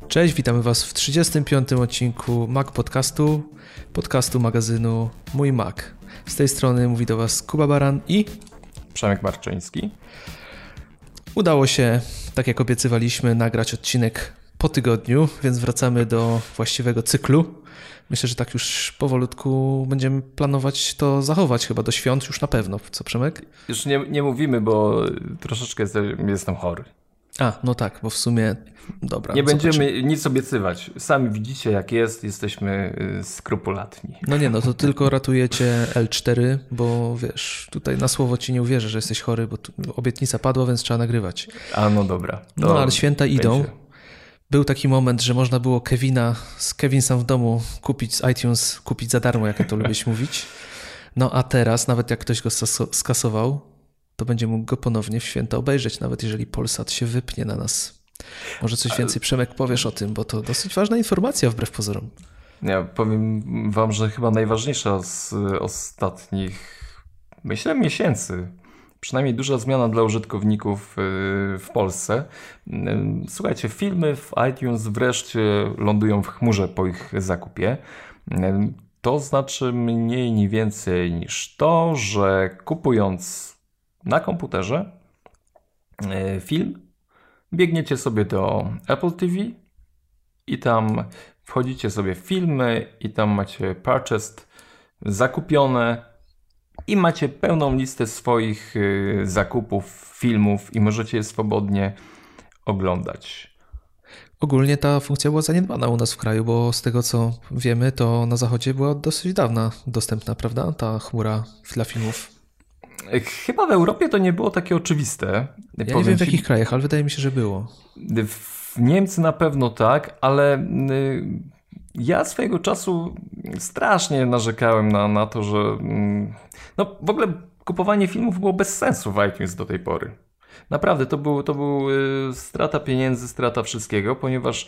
Cześć, witamy Was w 35. odcinku Mac podcastu magazynu Mój Mac. Z tej strony mówi do Was Kuba Baran i Przemek Marczyński. Udało się, tak jak obiecywaliśmy, nagrać odcinek po tygodniu, więc wracamy do właściwego cyklu. Myślę, że tak już powolutku będziemy planować to zachować, chyba do świąt już na pewno. Co, Przemek? Już nie mówimy, bo troszeczkę jestem chory. No tak, bo w sumie dobra. Nie będziemy nic obiecywać. Sami widzicie, jak jesteśmy skrupulatni. No to tylko ratujecie L4, bo wiesz, tutaj na słowo ci nie uwierzę, że jesteś chory, bo obietnica padła, więc trzeba nagrywać. No dobra. Ale święta idą. Był taki moment, że można było Kevin sam w domu kupić z iTunes, kupić za darmo, jak ja to lubię mówić. A teraz, nawet jak ktoś go skasował, to będzie mógł go ponownie w święta obejrzeć, nawet jeżeli Polsat się wypnie na nas. Może coś więcej, Przemek, powiesz o tym, bo to dosyć ważna informacja wbrew pozorom. Ja powiem wam, że chyba najważniejsza z ostatnich, myślę, miesięcy. Przynajmniej duża zmiana dla użytkowników w Polsce. Słuchajcie, filmy w iTunes wreszcie lądują w chmurze po ich zakupie. To znaczy mniej ni więcej niż to, że kupując na komputerze film, biegniecie sobie do Apple TV i tam wchodzicie sobie w filmy i tam macie purchased, zakupione i macie pełną listę swoich zakupów, filmów i możecie je swobodnie oglądać. Ogólnie ta funkcja była zaniedbana u nas w kraju, bo z tego co wiemy, to na zachodzie była dosyć dawna dostępna, prawda? Ta chmura dla filmów. Chyba w Europie to nie było takie oczywiste. Ja nie wiem w jakich krajach, ale wydaje mi się, że było. W Niemcy na pewno tak, ale ja swojego czasu strasznie narzekałem na to, że w ogóle kupowanie filmów było bez sensu w iTunes do tej pory. Naprawdę, to był strata pieniędzy, strata wszystkiego, ponieważ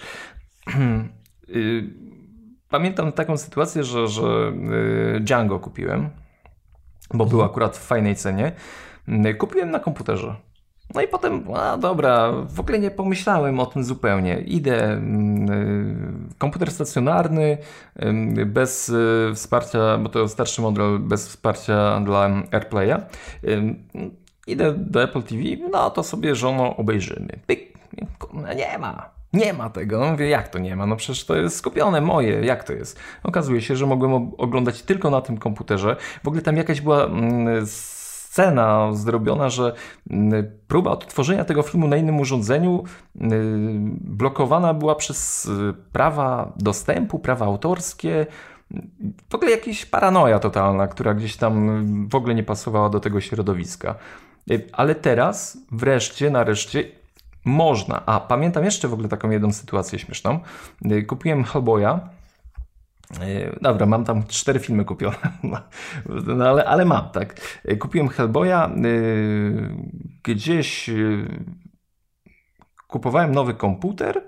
pamiętam taką sytuację, że Django kupiłem, bo był akurat w fajnej cenie. Kupiłem na komputerze. No i potem, dobra, w ogóle nie pomyślałem o tym zupełnie. Idę, komputer stacjonarny, bez wsparcia, bo to starszy model, bez wsparcia dla AirPlaya. Idę do Apple TV, to sobie żono obejrzymy. Pyk, nie ma tego. Mówię, jak to nie ma? No przecież to jest skupione moje, jak to jest? Okazuje się, że mogłem oglądać tylko na tym komputerze. W ogóle tam jakaś była scena zrobiona, że próba odtworzenia tego filmu na innym urządzeniu blokowana była przez prawa dostępu, prawa autorskie. W ogóle jakaś paranoja totalna, która gdzieś tam w ogóle nie pasowała do tego środowiska. Ale teraz nareszcie można. Pamiętam jeszcze w ogóle taką jedną sytuację śmieszną. Kupiłem Hellboya. Dobra, mam tam 4 filmy kupione, ale mam, tak. Kupiłem Hellboya, gdzieś kupowałem nowy komputer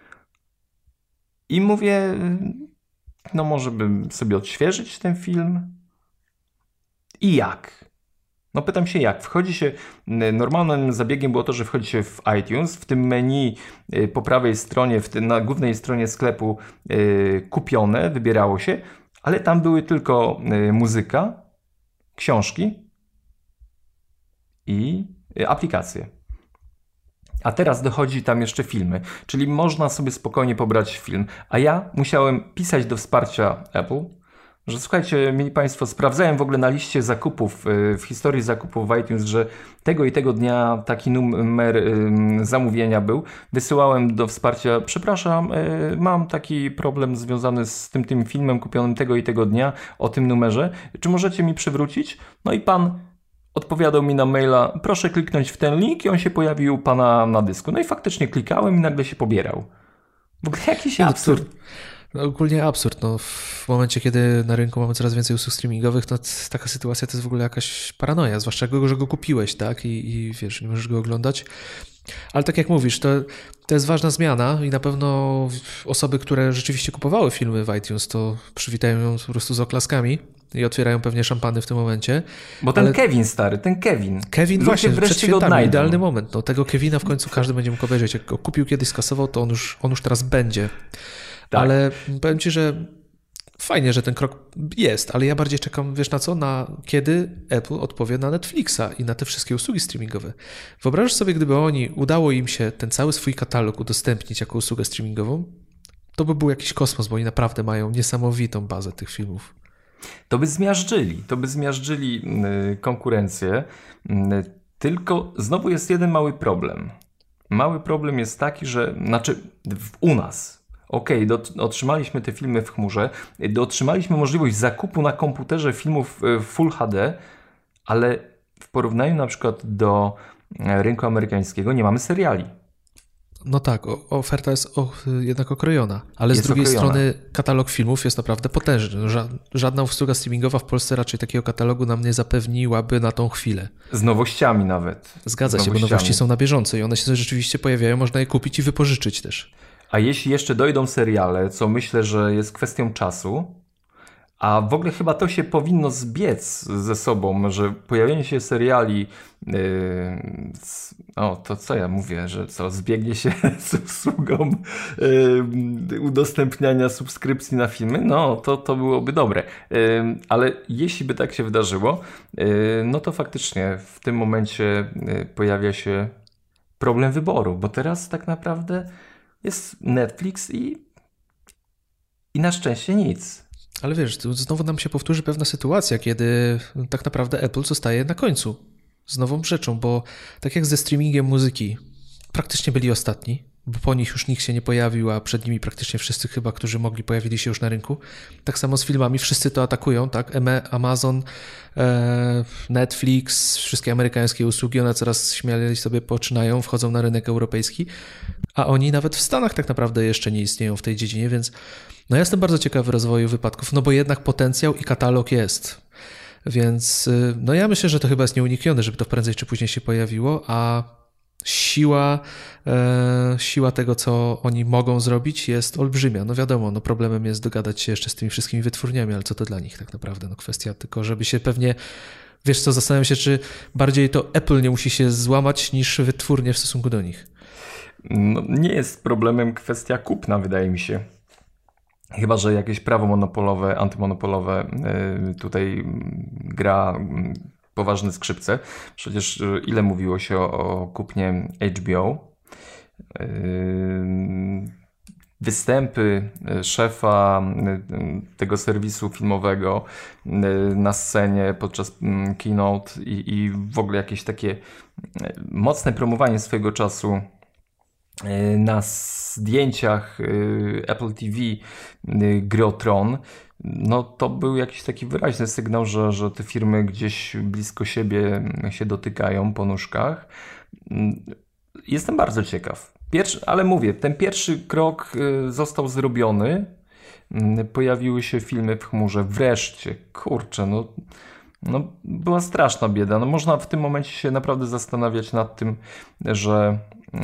i mówię, może bym sobie odświeżyć ten film. I jak? Pytam się jak. Wchodzi się, normalnym zabiegiem było to, że wchodzi się w iTunes, w tym menu po prawej stronie, na głównej stronie sklepu kupione, wybierało się, ale tam były tylko muzyka, książki i aplikacje. A teraz dochodzi tam jeszcze filmy, czyli można sobie spokojnie pobrać film. A ja musiałem pisać do wsparcia Apple, że słuchajcie, mili Państwo, sprawdzałem w ogóle na liście zakupów, w historii zakupów w iTunes, że tego i tego dnia taki numer zamówienia był. Wysyłałem do wsparcia, przepraszam, mam taki problem związany z tym filmem kupionym tego i tego dnia o tym numerze. Czy możecie mi przywrócić? No i pan odpowiadał mi na maila, proszę kliknąć w ten link i on się pojawił u pana na dysku. No i faktycznie klikałem i nagle się pobierał. W ogóle jakiś absurd. Ogólnie absurd. W momencie, kiedy na rynku mamy coraz więcej usług streamingowych, to taka sytuacja to jest w ogóle jakaś paranoja, zwłaszcza że go kupiłeś, tak? I wiesz, nie możesz go oglądać. Ale tak jak mówisz, to jest ważna zmiana i na pewno osoby, które rzeczywiście kupowały filmy w iTunes, to przywitają ją po prostu z oklaskami. i otwierają pewnie szampany w tym momencie. Bo ten Kevin stary, ten Kevin. Kevin właśnie, przed świętami, idealny moment. No, tego Kevina w końcu każdy będzie mógł obejrzeć. Jak go kupił kiedyś, skasował, to on już teraz będzie. Tak. Ale powiem ci, że fajnie, że ten krok jest, ale ja bardziej czekam, wiesz na co? Na kiedy Apple odpowie na Netflixa i na te wszystkie usługi streamingowe. Wyobrażasz sobie, gdyby udało im się ten cały swój katalog udostępnić jako usługę streamingową, to by był jakiś kosmos, bo oni naprawdę mają niesamowitą bazę tych filmów. To by zmiażdżyli konkurencję, tylko znowu jest jeden mały problem. Mały problem jest taki, że, u nas, otrzymaliśmy te filmy w chmurze, otrzymaliśmy możliwość zakupu na komputerze filmów Full HD, ale w porównaniu na przykład do rynku amerykańskiego nie mamy seriali. No tak, oferta jest jednak okrojona, ale z drugiej strony katalog filmów jest naprawdę potężny. Żadna usługa streamingowa w Polsce raczej takiego katalogu nam nie zapewniłaby na tą chwilę. Z nowościami nawet. Zgadza się, bo nowości są na bieżąco i one się rzeczywiście pojawiają, można je kupić i wypożyczyć też. A jeśli jeszcze dojdą seriale, co myślę, że jest kwestią czasu, a w ogóle chyba to się powinno zbiec ze sobą, że pojawienie się seriali, to co ja mówię, że zbiegnie się z usługą udostępniania subskrypcji na filmy, to byłoby dobre. Ale jeśli by tak się wydarzyło, no to faktycznie w tym momencie pojawia się problem wyboru, bo teraz tak naprawdę jest Netflix i na szczęście nic. Ale wiesz, znowu nam się powtórzy pewna sytuacja, kiedy tak naprawdę Apple zostaje na końcu z nową rzeczą, bo tak jak ze streamingiem muzyki, praktycznie byli ostatni, bo po nich już nikt się nie pojawił, a przed nimi praktycznie wszyscy chyba, którzy mogli, pojawili się już na rynku. Tak samo z filmami, wszyscy to atakują, tak? Amazon, Netflix, wszystkie amerykańskie usługi, one coraz śmielej sobie poczynają, wchodzą na rynek europejski, a oni nawet w Stanach tak naprawdę jeszcze nie istnieją w tej dziedzinie, więc ja jestem bardzo ciekawy rozwoju wypadków, bo jednak potencjał i katalog jest. Więc ja myślę, że to chyba jest nieuniknione, żeby to prędzej czy później się pojawiło, a siła tego, co oni mogą zrobić, jest olbrzymia. No wiadomo, problemem jest dogadać się jeszcze z tymi wszystkimi wytwórniami, ale co to dla nich tak naprawdę? Kwestia tylko, żeby się pewnie, wiesz co, zastanawiam się, czy bardziej to Apple nie musi się złamać niż wytwórnie w stosunku do nich. Nie jest problemem kwestia kupna, wydaje mi się. Chyba że jakieś prawo monopolowe, antymonopolowe tutaj gra poważne skrzypce. Przecież ile mówiło się o kupnie HBO. Występy szefa tego serwisu filmowego na scenie podczas keynote i w ogóle jakieś takie mocne promowanie swojego czasu na zdjęciach Apple TV gry o Tron, to był jakiś taki wyraźny sygnał, że te firmy gdzieś blisko siebie się dotykają po nóżkach. Jestem bardzo ciekaw. Ale mówię, ten pierwszy krok został zrobiony. Pojawiły się filmy w chmurze. Wreszcie, kurczę, była straszna bieda. Można w tym momencie się naprawdę zastanawiać nad tym, że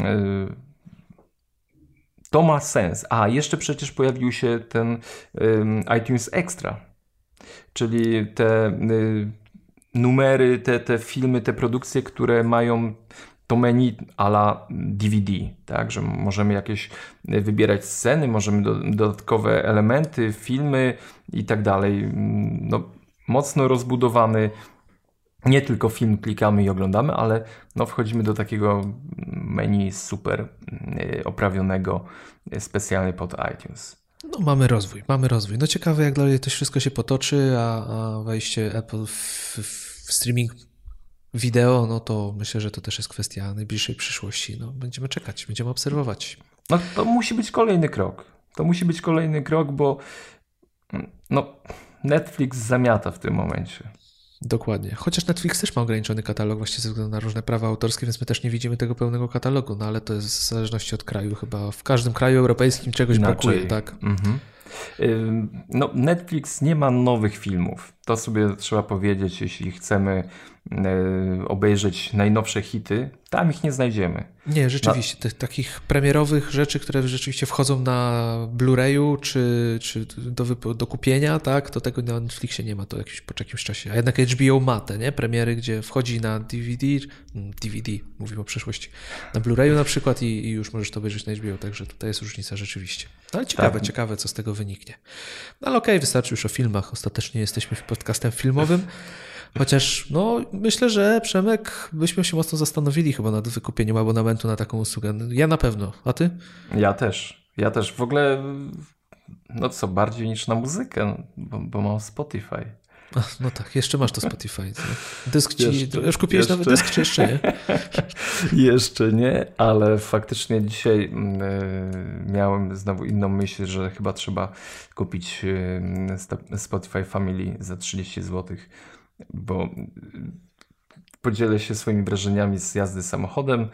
to ma sens. A, jeszcze przecież pojawił się ten iTunes Extra, czyli te numery, te filmy, te produkcje, które mają to menu a la DVD, tak, że możemy jakieś wybierać sceny, możemy dodatkowe elementy, filmy i tak dalej. Mocno rozbudowany. Nie tylko film klikamy i oglądamy, ale wchodzimy do takiego menu super oprawionego specjalnie pod iTunes. Mamy rozwój. Ciekawe, jak dalej to wszystko się potoczy, a wejście Apple w streaming wideo, to myślę, że to też jest kwestia najbliższej przyszłości. Będziemy czekać, będziemy obserwować. To musi być kolejny krok. Bo Netflix zamiata w tym momencie. Dokładnie. Chociaż Netflix też ma ograniczony katalog właśnie ze względu na różne prawa autorskie, więc my też nie widzimy tego pełnego katalogu, ale to jest w zależności od kraju. Chyba w każdym kraju europejskim czegoś brakuje, tak? Mhm. Netflix nie ma nowych filmów. to sobie trzeba powiedzieć, jeśli chcemy obejrzeć najnowsze hity, tam ich nie znajdziemy. Nie, rzeczywiście, tych takich premierowych rzeczy, które rzeczywiście wchodzą na Blu-rayu czy do kupienia, tak, to tego na Netflixie nie ma to po jakimś czasie. A jednak HBO ma te, nie? Premiery, gdzie wchodzi na DVD, mówimy o przeszłości, na Blu-rayu na przykład i już możesz to obejrzeć na HBO, także tutaj jest różnica rzeczywiście. No ale ciekawe, co z tego wyniknie. No ale okej, wystarczy już o filmach. Ostatecznie jesteśmy podcastem filmowym. Chociaż myślę, że Przemek, byśmy się mocno zastanowili chyba nad wykupieniem abonamentu na taką usługę. Ja na pewno. A ty? Ja też. W ogóle bardziej niż na muzykę, bo mam Spotify. No tak, jeszcze masz to Spotify. Dysk ci... Już kupiłeś nowy dysk, czy jeszcze nie? Jeszcze nie, ale faktycznie dzisiaj miałem znowu inną myśl, że chyba trzeba kupić Spotify Family za 30 zł, bo podzielę się swoimi wrażeniami z jazdy samochodem.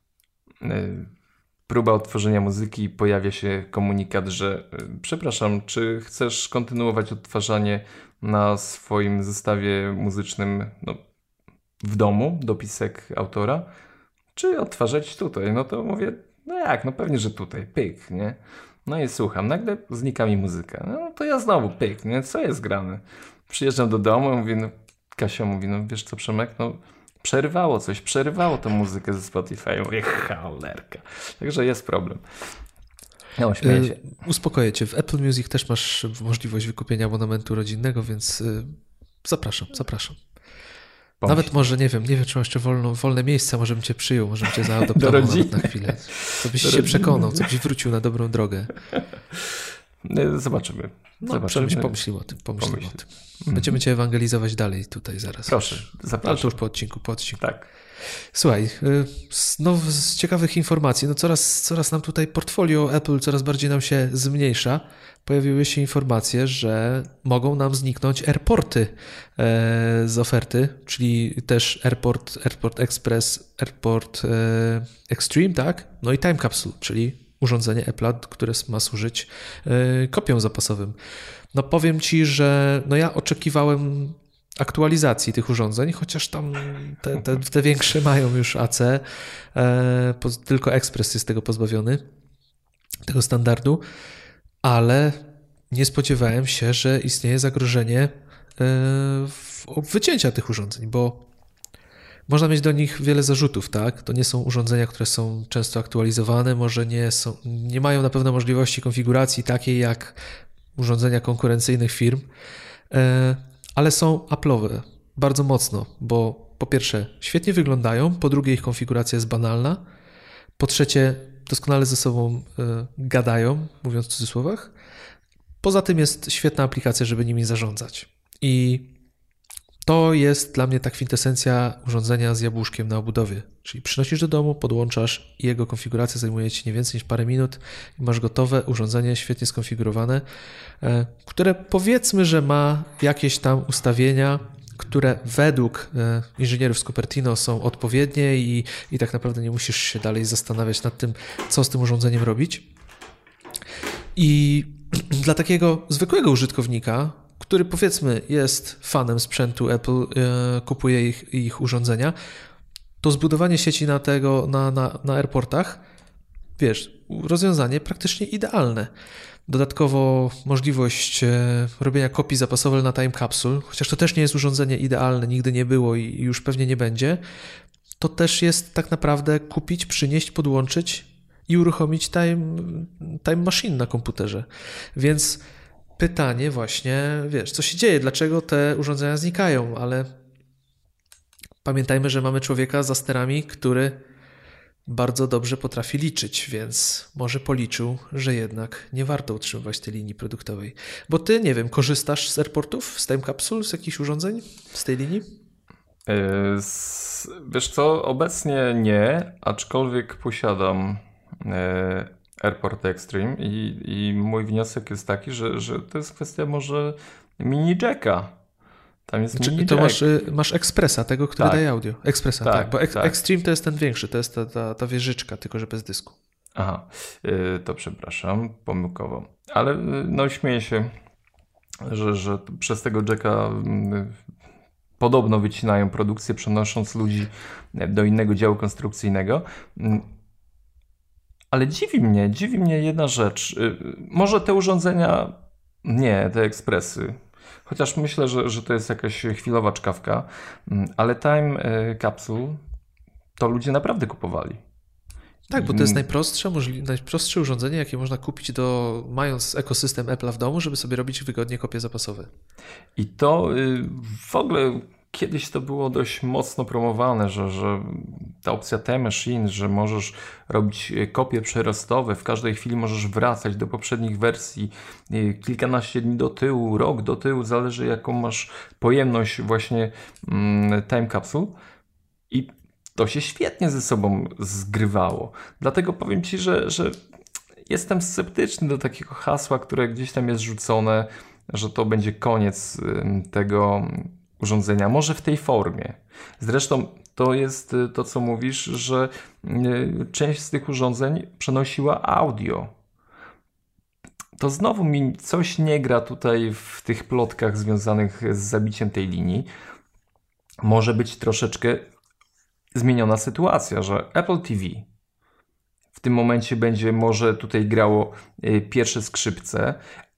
Próba odtworzenia muzyki, pojawia się komunikat, że przepraszam, czy chcesz kontynuować odtwarzanie na swoim zestawie muzycznym w domu, dopisek autora, czy odtwarzać tutaj? No to mówię, pewnie, że tutaj, pyk, nie? No i słucham, nagle znika mi muzyka. No to ja znowu pyk, nie? Co jest grane? Przyjeżdżam do domu, mówię, Kasia mówi, wiesz co, Przemek, przerywało tą muzykę ze Spotify. Mówię, cholerka. Także jest problem. Śmieję się. Uspokoję cię. W Apple Music też masz możliwość wykupienia abonamentu rodzinnego, więc zapraszam. Nawet może, nie wiem, czy masz jeszcze wolne miejsca, może bym cię przyjął, może bym cię zaadoptował na chwilę. Co byś się przekonał, co byś wrócił na dobrą drogę. Zobaczymy. Pomyślimy o tym. Będziemy cię ewangelizować dalej tutaj zaraz. Proszę, zapraszam. Ale to już po odcinku. Tak. Słuchaj, z ciekawych informacji, coraz nam tutaj portfolio Apple coraz bardziej nam się zmniejsza. Pojawiły się informacje, że mogą nam zniknąć AirPorty z oferty, czyli też AirPort Express, AirPort Extreme, tak? No i Time Capsule, czyli urządzenie Apple'a, które ma służyć kopią zapasowym. No powiem ci, że ja oczekiwałem aktualizacji tych urządzeń, chociaż tam te większe mają już AC, tylko Express jest tego pozbawiony, tego standardu, ale nie spodziewałem się, że istnieje zagrożenie wycięcia tych urządzeń, bo można mieć do nich wiele zarzutów, tak? To nie są urządzenia, które są często aktualizowane, może nie mają na pewno możliwości konfiguracji takiej jak urządzenia konkurencyjnych firm, ale są Apple'owe bardzo mocno, bo po pierwsze świetnie wyglądają, po drugie ich konfiguracja jest banalna, po trzecie doskonale ze sobą gadają, mówiąc w cudzysłowach. Poza tym jest świetna aplikacja, żeby nimi zarządzać. I to jest dla mnie ta kwintesencja urządzenia z jabłuszkiem na obudowie. Czyli przynosisz do domu, podłączasz i jego konfiguracja zajmuje ci nie więcej niż parę minut i masz gotowe urządzenie świetnie skonfigurowane, które powiedzmy, że ma jakieś tam ustawienia, które według inżynierów z Cupertino są odpowiednie i tak naprawdę nie musisz się dalej zastanawiać nad tym, co z tym urządzeniem robić. I dla takiego zwykłego użytkownika, który powiedzmy jest fanem sprzętu Apple, kupuje ich urządzenia, to zbudowanie sieci na AirPortach, rozwiązanie praktycznie idealne. Dodatkowo możliwość robienia kopii zapasowej na Time Capsule, chociaż to też nie jest urządzenie idealne, nigdy nie było i już pewnie nie będzie, to też jest tak naprawdę kupić, przynieść, podłączyć i uruchomić Time Machine na komputerze. Więc pytanie właśnie, co się dzieje, dlaczego te urządzenia znikają, ale pamiętajmy, że mamy człowieka za sterami, który bardzo dobrze potrafi liczyć, więc może policzył, że jednak nie warto utrzymywać tej linii produktowej. Bo ty, nie wiem, korzystasz z AirPortów, z Time Capsule, z jakichś urządzeń z tej linii? Wiesz co, obecnie nie, aczkolwiek posiadam AirPort Extreme i mój wniosek jest taki, że to jest kwestia może mini jacka. Tam jest mini jack. To masz Expressa, tego, który daje audio. Expressa, tak, bo Extreme to jest ten większy, to jest ta wieżyczka, tylko że bez dysku. Aha, to przepraszam, pomyłkowo. Ale śmieję się. że przez tego jacka podobno wycinają produkcję, przenosząc ludzi do innego działu konstrukcyjnego. Ale dziwi mnie jedna rzecz. Może te urządzenia, nie, te ekspresy. Chociaż myślę, że to jest jakaś chwilowa czkawka, ale Time Capsule to ludzie naprawdę kupowali. Tak, bo to jest najprostsze urządzenie, jakie można kupić, mając ekosystem Apple'a w domu, żeby sobie robić wygodnie kopie zapasowe. I to w ogóle kiedyś to było dość mocno promowane, że ta opcja T-Machine, że możesz robić kopie przerostowe, w każdej chwili możesz wracać do poprzednich wersji, kilkanaście dni do tyłu, rok do tyłu, zależy jaką masz pojemność właśnie Time Capsule. I to się świetnie ze sobą zgrywało. Dlatego powiem Ci, że jestem sceptyczny do takiego hasła, które gdzieś tam jest rzucone, że to będzie koniec tego urządzenia. Może w tej formie. Zresztą to jest to, co mówisz, że część z tych urządzeń przenosiła audio. To znowu mi coś nie gra tutaj w tych plotkach związanych z zabiciem tej linii. Może być troszeczkę zmieniona sytuacja, że Apple TV w tym momencie będzie może tutaj grało pierwsze skrzypce,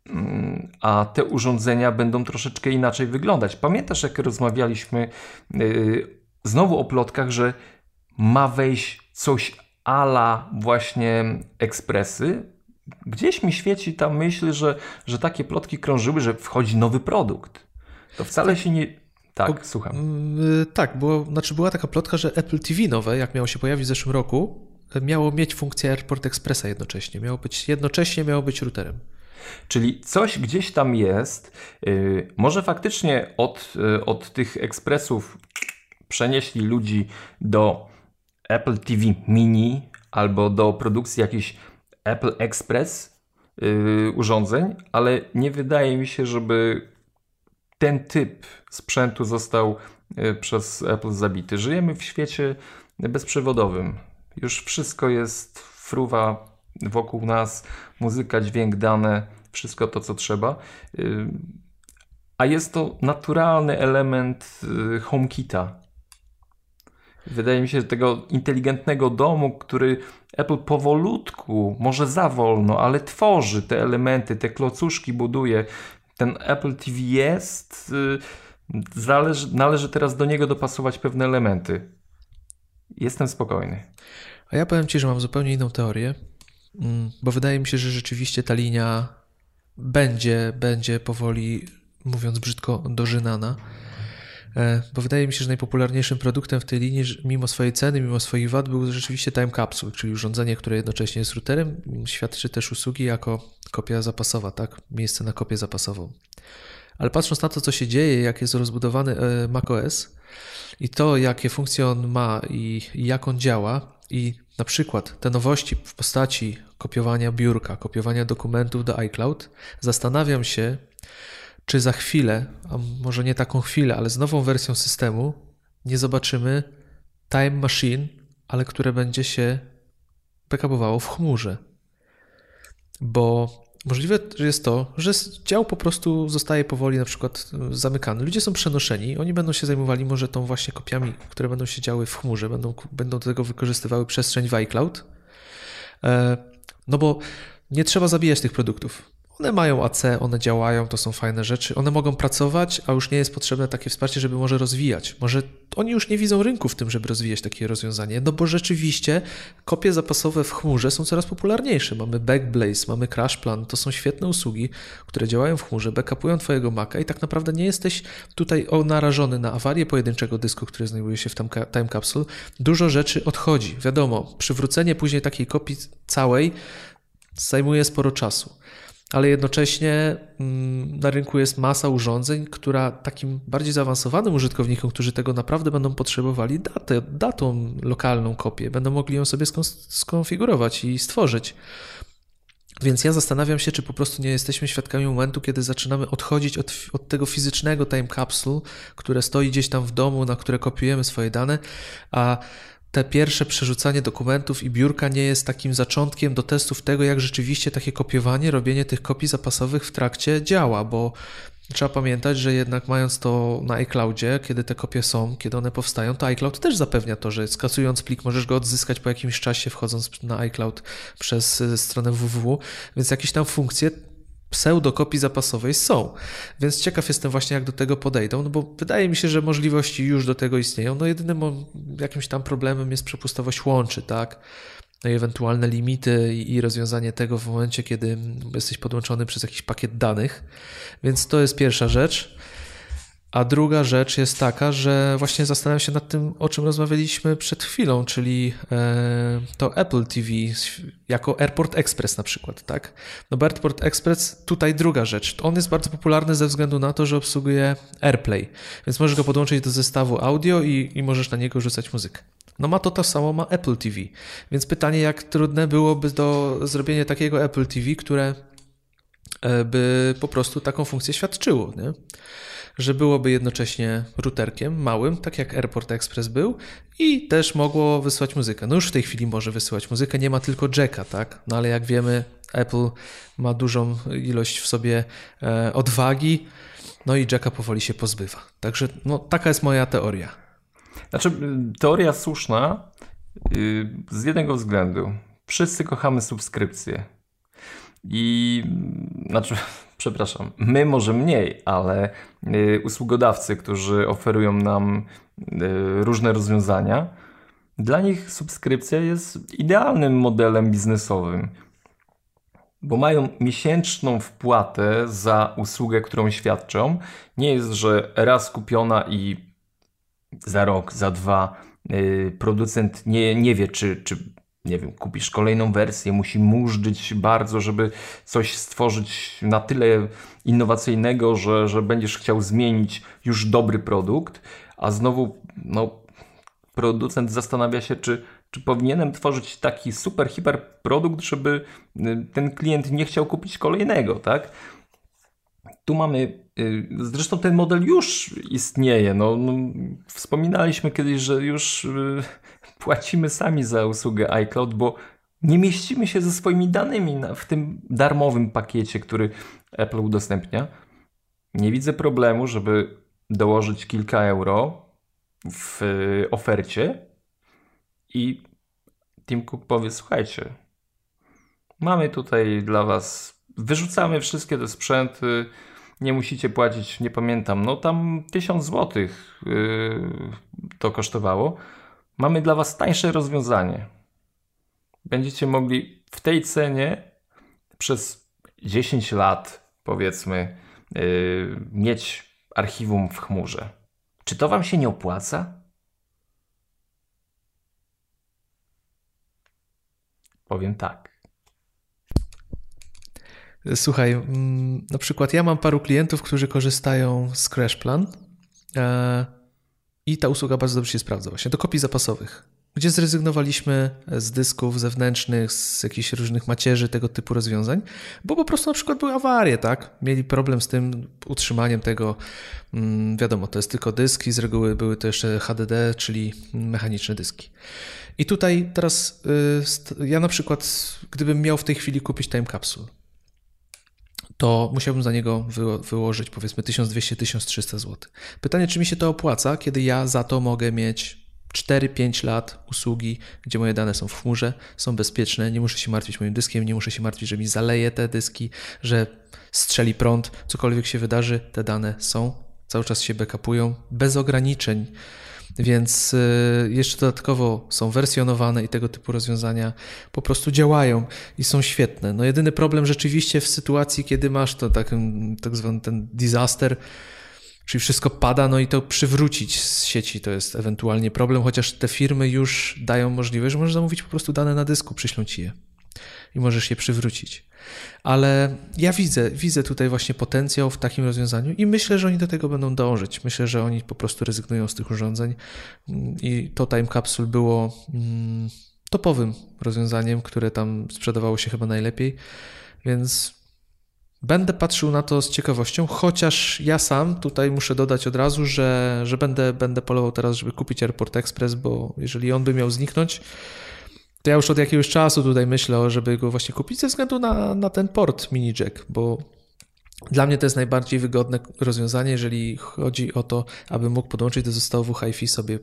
a te urządzenia będą troszeczkę inaczej wyglądać. Pamiętasz, jak rozmawialiśmy znowu o plotkach, że ma wejść coś a la właśnie ekspresy? Gdzieś mi świeci ta myśl, że takie plotki krążyły, że wchodzi nowy produkt. To wcale się nie... Tak, słucham. Tak, była taka plotka, że Apple TV nowe, jak miało się pojawić w zeszłym roku, miało mieć funkcję AirPort Expressa jednocześnie. Miało być routerem. Czyli coś gdzieś tam jest. Może faktycznie od tych ekspresów przenieśli ludzi do Apple TV Mini albo do produkcji jakichś Apple Express urządzeń, ale nie wydaje mi się, żeby ten typ sprzętu został przez Apple zabity. Żyjemy w świecie bezprzewodowym. Już wszystko jest fruwa wokół nas, muzyka, dźwięk, dane, wszystko to, co trzeba. A jest to naturalny element HomeKita. Wydaje mi się, że tego inteligentnego domu, który Apple powolutku, może za wolno, ale tworzy te elementy, te klocuszki buduje. Ten Apple TV jest, należy teraz do niego dopasować pewne elementy. Jestem spokojny. A ja powiem Ci, że mam zupełnie inną teorię, bo wydaje mi się, że rzeczywiście ta linia będzie powoli, mówiąc brzydko, dożynana, bo wydaje mi się, że najpopularniejszym produktem w tej linii, mimo swojej ceny, mimo swoich wad, był rzeczywiście Time Capsule, czyli urządzenie, które jednocześnie jest routerem, świadczy też usługi jako kopia zapasowa, tak? Miejsce na kopię zapasową. Ale patrząc na to, co się dzieje, jak jest rozbudowany macOS i to, jakie funkcje on ma i jak on działa, i na przykład te nowości w postaci kopiowania biurka, kopiowania dokumentów do iCloud, zastanawiam się, czy za chwilę, a może nie taką chwilę, ale z nową wersją systemu nie zobaczymy Time Machine, ale które będzie się backupowało w chmurze. Bo możliwe jest to, że dział po prostu zostaje powoli na przykład zamykany. Ludzie są przenoszeni, oni będą się zajmowali może tą właśnie kopiami, które będą się działy w chmurze, będą do tego wykorzystywały przestrzeń w iCloud. No bo nie trzeba zabijać tych produktów. One mają AC, one działają, to są fajne rzeczy, one mogą pracować, a już nie jest potrzebne takie wsparcie, żeby może rozwijać. Może oni już nie widzą rynku w tym, żeby rozwijać takie rozwiązanie, no bo rzeczywiście kopie zapasowe w chmurze są coraz popularniejsze. Mamy Backblaze, mamy CrashPlan, to są świetne usługi, które działają w chmurze, backupują twojego Maca i tak naprawdę nie jesteś tutaj narażony na awarię pojedynczego dysku, który znajduje się w Time Capsule. Dużo rzeczy odchodzi. Wiadomo, przywrócenie później takiej kopii całej zajmuje sporo czasu. Ale jednocześnie na rynku jest masa urządzeń, która takim bardziej zaawansowanym użytkownikom, którzy tego naprawdę będą potrzebowali, da tą lokalną kopię, będą mogli ją sobie skonfigurować i stworzyć. Więc ja zastanawiam się, czy po prostu nie jesteśmy świadkami momentu, kiedy zaczynamy odchodzić od tego fizycznego time capsule, które stoi gdzieś tam w domu, na które kopiujemy swoje dane, a te pierwsze przerzucanie dokumentów i biurka nie jest takim zaczątkiem do testów tego, jak rzeczywiście takie kopiowanie, robienie tych kopii zapasowych w trakcie działa, bo trzeba pamiętać, że jednak mając to na iCloudzie, kiedy te kopie są, kiedy one powstają, to iCloud też zapewnia to, że skasując plik możesz go odzyskać po jakimś czasie, wchodząc na iCloud przez stronę www, więc jakieś tam funkcje pseudokopii zapasowej są. Więc ciekaw jestem właśnie, jak do tego podejdą, no bo wydaje mi się, że możliwości już do tego istnieją. No jedynym jakimś tam problemem jest przepustowość łączy, tak? No i ewentualne limity i rozwiązanie tego w momencie, kiedy jesteś podłączony przez jakiś pakiet danych. Więc to jest pierwsza rzecz. A druga rzecz jest taka, że właśnie zastanawiam się nad tym, o czym rozmawialiśmy przed chwilą, czyli to Apple TV jako Airport Express na przykład, tak? No bo Airport Express, tutaj druga rzecz. On jest bardzo popularny ze względu na to, że obsługuje AirPlay, więc możesz go podłączyć do zestawu audio i możesz na niego rzucać muzykę. No ma to samo ma Apple TV, więc pytanie, jak trudne byłoby do zrobienia takiego Apple TV, które by po prostu taką funkcję świadczyło, nie? Że byłoby jednocześnie routerkiem małym, tak jak Airport Express był i też mogło wysyłać muzykę. No już w tej chwili może wysyłać muzykę, nie ma tylko jacka, tak? No ale jak wiemy, Apple ma dużą ilość w sobie odwagi, no i jacka powoli się pozbywa. Także no, taka jest moja teoria. Znaczy, teoria słuszna z jednego względu. Wszyscy kochamy subskrypcje. Przepraszam, my może mniej, ale usługodawcy, którzy oferują nam różne rozwiązania, dla nich subskrypcja jest idealnym modelem biznesowym, bo mają miesięczną wpłatę za usługę, którą świadczą. Nie jest, że raz kupiona i za rok, za dwa producent nie wie, czy nie wiem, kupisz kolejną wersję, musi murzyć bardzo, żeby coś stworzyć na tyle innowacyjnego, że będziesz chciał zmienić już dobry produkt, a znowu producent zastanawia się, czy powinienem tworzyć taki super, hiper produkt, żeby ten klient nie chciał kupić kolejnego, tak? Tu mamy, zresztą ten model już istnieje. Wspominaliśmy kiedyś, że już płacimy sami za usługę iCloud, bo nie mieścimy się ze swoimi danymi w tym darmowym pakiecie, który Apple udostępnia. Nie widzę problemu, żeby dołożyć kilka euro w ofercie i Tim Cook powie, słuchajcie, mamy tutaj dla was, wyrzucamy wszystkie te sprzęty, nie musicie płacić, nie pamiętam, tam 1000 zł to kosztowało. Mamy dla was tańsze rozwiązanie. Będziecie mogli w tej cenie przez 10 lat, powiedzmy, mieć archiwum w chmurze. Czy to wam się nie opłaca? Powiem tak. Słuchaj, na przykład ja mam paru klientów, którzy korzystają z CrashPlan i ta usługa bardzo dobrze się sprawdza właśnie do kopii zapasowych, gdzie zrezygnowaliśmy z dysków zewnętrznych, z jakichś różnych macierzy, tego typu rozwiązań, bo po prostu na przykład były awarie, tak? Mieli problem z tym utrzymaniem tego, wiadomo, to jest tylko dysk i z reguły były to jeszcze HDD, czyli mechaniczne dyski. I tutaj teraz ja na przykład, gdybym miał w tej chwili kupić time capsule, to musiałbym za niego wyłożyć powiedzmy 1200-1300 zł. Pytanie, czy mi się to opłaca, kiedy ja za to mogę mieć 4-5 lat usługi, gdzie moje dane są w chmurze, są bezpieczne, nie muszę się martwić moim dyskiem, nie muszę się martwić, że mi zaleje te dyski, że strzeli prąd, cokolwiek się wydarzy, te dane są, cały czas się backupują, bez ograniczeń. Więc jeszcze dodatkowo są wersjonowane i tego typu rozwiązania po prostu działają i są świetne. No jedyny problem rzeczywiście w sytuacji, kiedy masz to tak zwany ten disaster, czyli wszystko pada, no i to przywrócić z sieci to jest ewentualnie problem, chociaż te firmy już dają możliwość, że możesz zamówić po prostu dane na dysku, przyślą ci je i możesz je przywrócić. Ale ja widzę tutaj właśnie potencjał w takim rozwiązaniu i myślę, że oni do tego będą dążyć. Myślę, że oni po prostu rezygnują z tych urządzeń i to Time Capsule było topowym rozwiązaniem, które tam sprzedawało się chyba najlepiej, więc będę patrzył na to z ciekawością, chociaż ja sam tutaj muszę dodać od razu, że będę polował teraz, żeby kupić Airport Express, bo jeżeli on by miał zniknąć, to ja już od jakiegoś czasu tutaj myślę, żeby go właśnie kupić ze względu na ten port mini jack, bo dla mnie to jest najbardziej wygodne rozwiązanie, jeżeli chodzi o to, aby mógł podłączyć do zestawu Hi-Fi sobie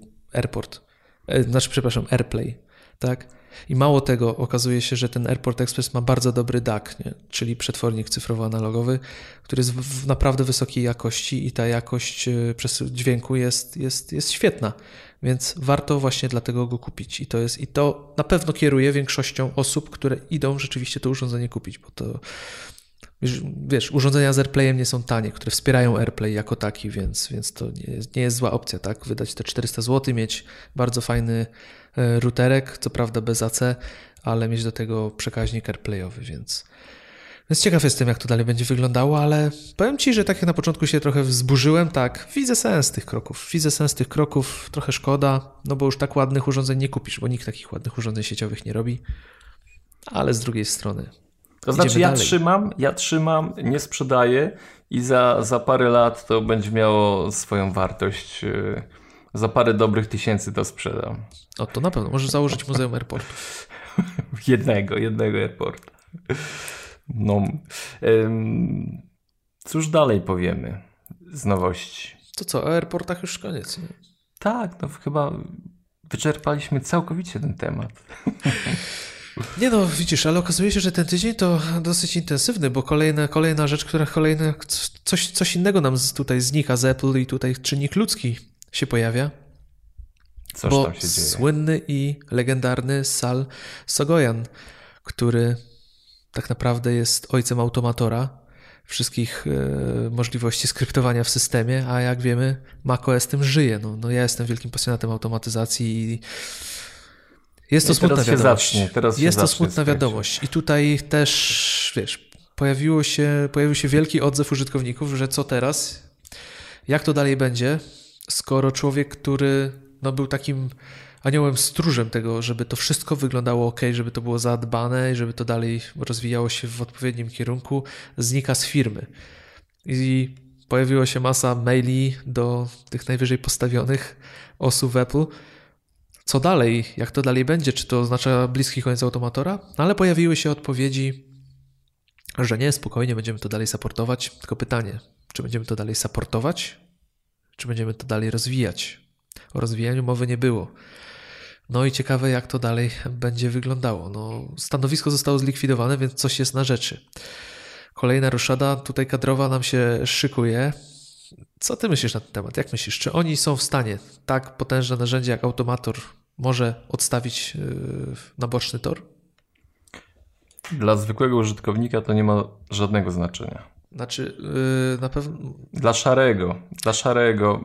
AirPlay, tak? I mało tego, okazuje się, że ten Airport Express ma bardzo dobry DAC, nie? Czyli przetwornik cyfrowo-analogowy, który jest w naprawdę wysokiej jakości i ta jakość przez dźwięku jest świetna, więc warto właśnie dlatego go kupić. I to na pewno kieruje większością osób, które idą rzeczywiście to urządzenie kupić, bo to wiesz, urządzenia z AirPlayem nie są tanie, które wspierają AirPlay jako taki, więc to nie jest zła opcja, tak? Wydać te 400 zł, mieć bardzo fajny routerek, co prawda bez AC, ale mieć do tego przekaźnik AirPlayowy, więc ciekaw jestem, jak to dalej będzie wyglądało, ale powiem Ci, że tak jak na początku się trochę wzburzyłem, tak, widzę sens tych kroków, trochę szkoda, no bo już tak ładnych urządzeń nie kupisz, bo nikt takich ładnych urządzeń sieciowych nie robi, ale z drugiej strony to znaczy ja trzymam, nie sprzedaję i za parę lat to będzie miało swoją wartość. Za parę dobrych tysięcy to sprzedam. O, to na pewno. Możesz założyć Muzeum Airportu. jednego airportu. No. Cóż dalej powiemy z nowości? To co, o airportach już koniec, nie? Tak, no chyba wyczerpaliśmy całkowicie ten temat. Nie no, widzisz, ale okazuje się, że ten tydzień to dosyć intensywny, bo kolejna rzecz, coś innego nam tutaj znika z Apple i tutaj czynnik ludzki się pojawia. Coś tam się dzieje. Słynny i legendarny Sal Soghoian, który tak naprawdę jest ojcem automatora, wszystkich możliwości skryptowania w systemie, a jak wiemy, macOS tym żyje. No ja jestem wielkim pasjonatem automatyzacji i jest to smutna wiadomość. Jest to smutna wiadomość. I tutaj też, wiesz, pojawił się wielki odzew użytkowników, że co teraz? Jak to dalej będzie, skoro człowiek, który był takim aniołem stróżem tego, żeby to wszystko wyglądało ok, żeby to było zadbane i żeby to dalej rozwijało się w odpowiednim kierunku, znika z firmy. I pojawiła się masa maili do tych najwyżej postawionych osób w Apple. Co dalej? Jak to dalej będzie? Czy to oznacza bliski koniec automatora? No ale pojawiły się odpowiedzi, że nie, spokojnie, będziemy to dalej supportować. Tylko pytanie, czy będziemy to dalej supportować? Czy będziemy to dalej rozwijać? O rozwijaniu mowy nie było. No i ciekawe, jak to dalej będzie wyglądało. No, stanowisko zostało zlikwidowane, więc coś jest na rzeczy. Kolejna roszada tutaj kadrowa nam się szykuje. Co ty myślisz na ten temat? Jak myślisz, czy oni są w stanie tak potężne narzędzie jak automator może odstawić na boczny tor? Dla zwykłego użytkownika to nie ma żadnego znaczenia. Znaczy, na pewno... Dla szarego.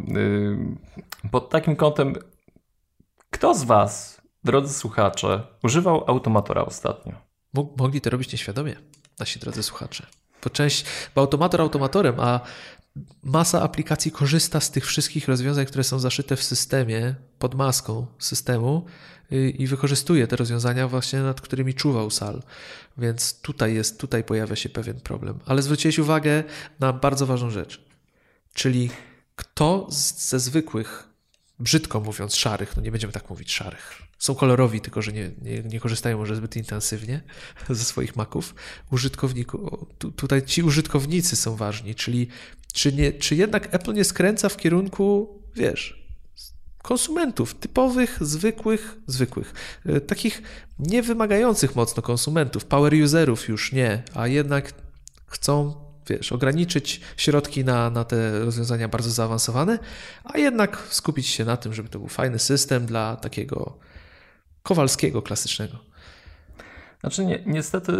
Pod takim kątem, kto z was, drodzy słuchacze, używał automatora ostatnio? Mogli to robić nieświadomie, nasi drodzy słuchacze. Bo automator automatorem, a masa aplikacji korzysta z tych wszystkich rozwiązań, które są zaszyte w systemie, pod maską systemu i wykorzystuje te rozwiązania właśnie, nad którymi czuwał Sal. Więc tutaj pojawia się pewien problem. Ale zwróciłeś uwagę na bardzo ważną rzecz. Czyli kto ze zwykłych, brzydko mówiąc szarych, no nie będziemy tak mówić szarych, są kolorowi, tylko że nie korzystają może zbyt intensywnie ze swoich Maców, użytkowników. Tutaj ci użytkownicy są ważni, czyli czy jednak Apple nie skręca w kierunku, wiesz, konsumentów, typowych, zwykłych, takich niewymagających mocno konsumentów, power userów już nie, a jednak chcą, wiesz, ograniczyć środki na te rozwiązania bardzo zaawansowane, a jednak skupić się na tym, żeby to był fajny system dla takiego Kowalskiego klasycznego. Znaczy niestety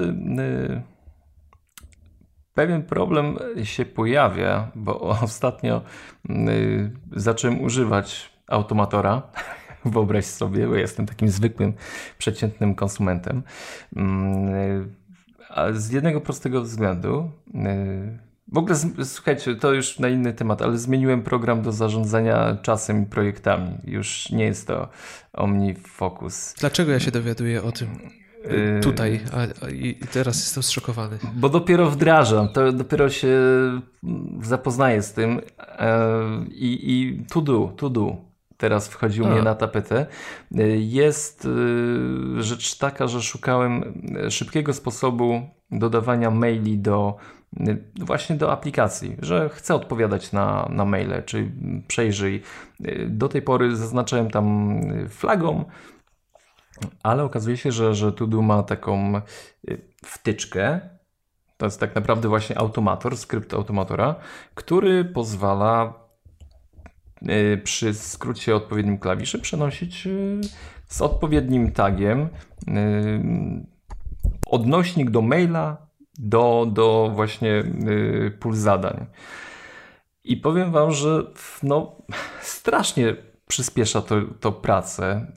pewien problem się pojawia, bo ostatnio zacząłem używać automatora. Wyobraź sobie, bo jestem takim zwykłym, przeciętnym konsumentem. A z jednego prostego względu, w ogóle słuchajcie, to już na inny temat, ale zmieniłem program do zarządzania czasem i projektami. Już nie jest to OmniFocus. Dlaczego ja się dowiaduję o tym? tutaj, i teraz jestem zszokowany. Bo dopiero wdrażam, to dopiero się zapoznaję z tym i to do. Teraz wchodzi u mnie na tapetę. Jest rzecz taka, że szukałem szybkiego sposobu dodawania maili właśnie do aplikacji, że chcę odpowiadać na maile, czy przejrzyj. Do tej pory zaznaczałem tam flagą, ale okazuje się, że To-Do ma taką wtyczkę. To jest tak naprawdę właśnie automator, skrypt automatora, który pozwala przy skrócie odpowiednim klawiszy przenosić z odpowiednim tagiem odnośnik do maila do właśnie pól zadań. I powiem wam, że strasznie przyspiesza to pracę.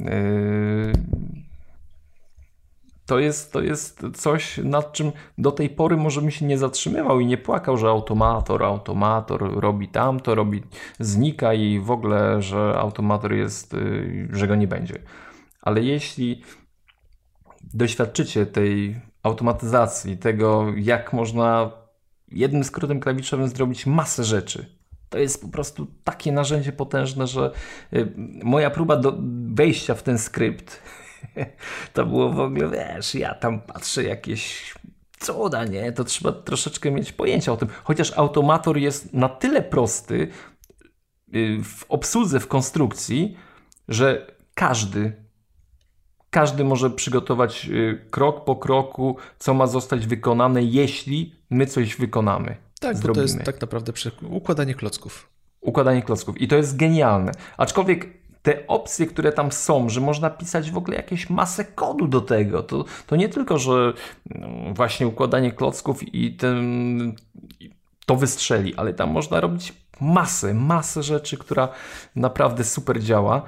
To jest coś, nad czym do tej pory może mi się nie zatrzymywał i nie płakał, że automator robi tamto, znika i w ogóle, że automator jest, że go nie będzie. Ale jeśli doświadczycie tej automatyzacji, tego jak można jednym skrótem klawiszowym zrobić masę rzeczy, to jest po prostu takie narzędzie potężne, że moja próba wejścia w ten skrypt to było w ogóle, wiesz, ja tam patrzę jakieś cuda, nie? To trzeba troszeczkę mieć pojęcia o tym. Chociaż automator jest na tyle prosty w obsłudze, w konstrukcji, że każdy może przygotować krok po kroku, co ma zostać wykonane, jeśli my coś wykonamy. Tak, bo to jest tak naprawdę układanie klocków. Układanie klocków. I to jest genialne. Aczkolwiek te opcje, które tam są, że można pisać w ogóle jakieś masę kodu do tego, to nie tylko, że właśnie układanie klocków i to wystrzeli, ale tam można robić masę rzeczy, która naprawdę super działa.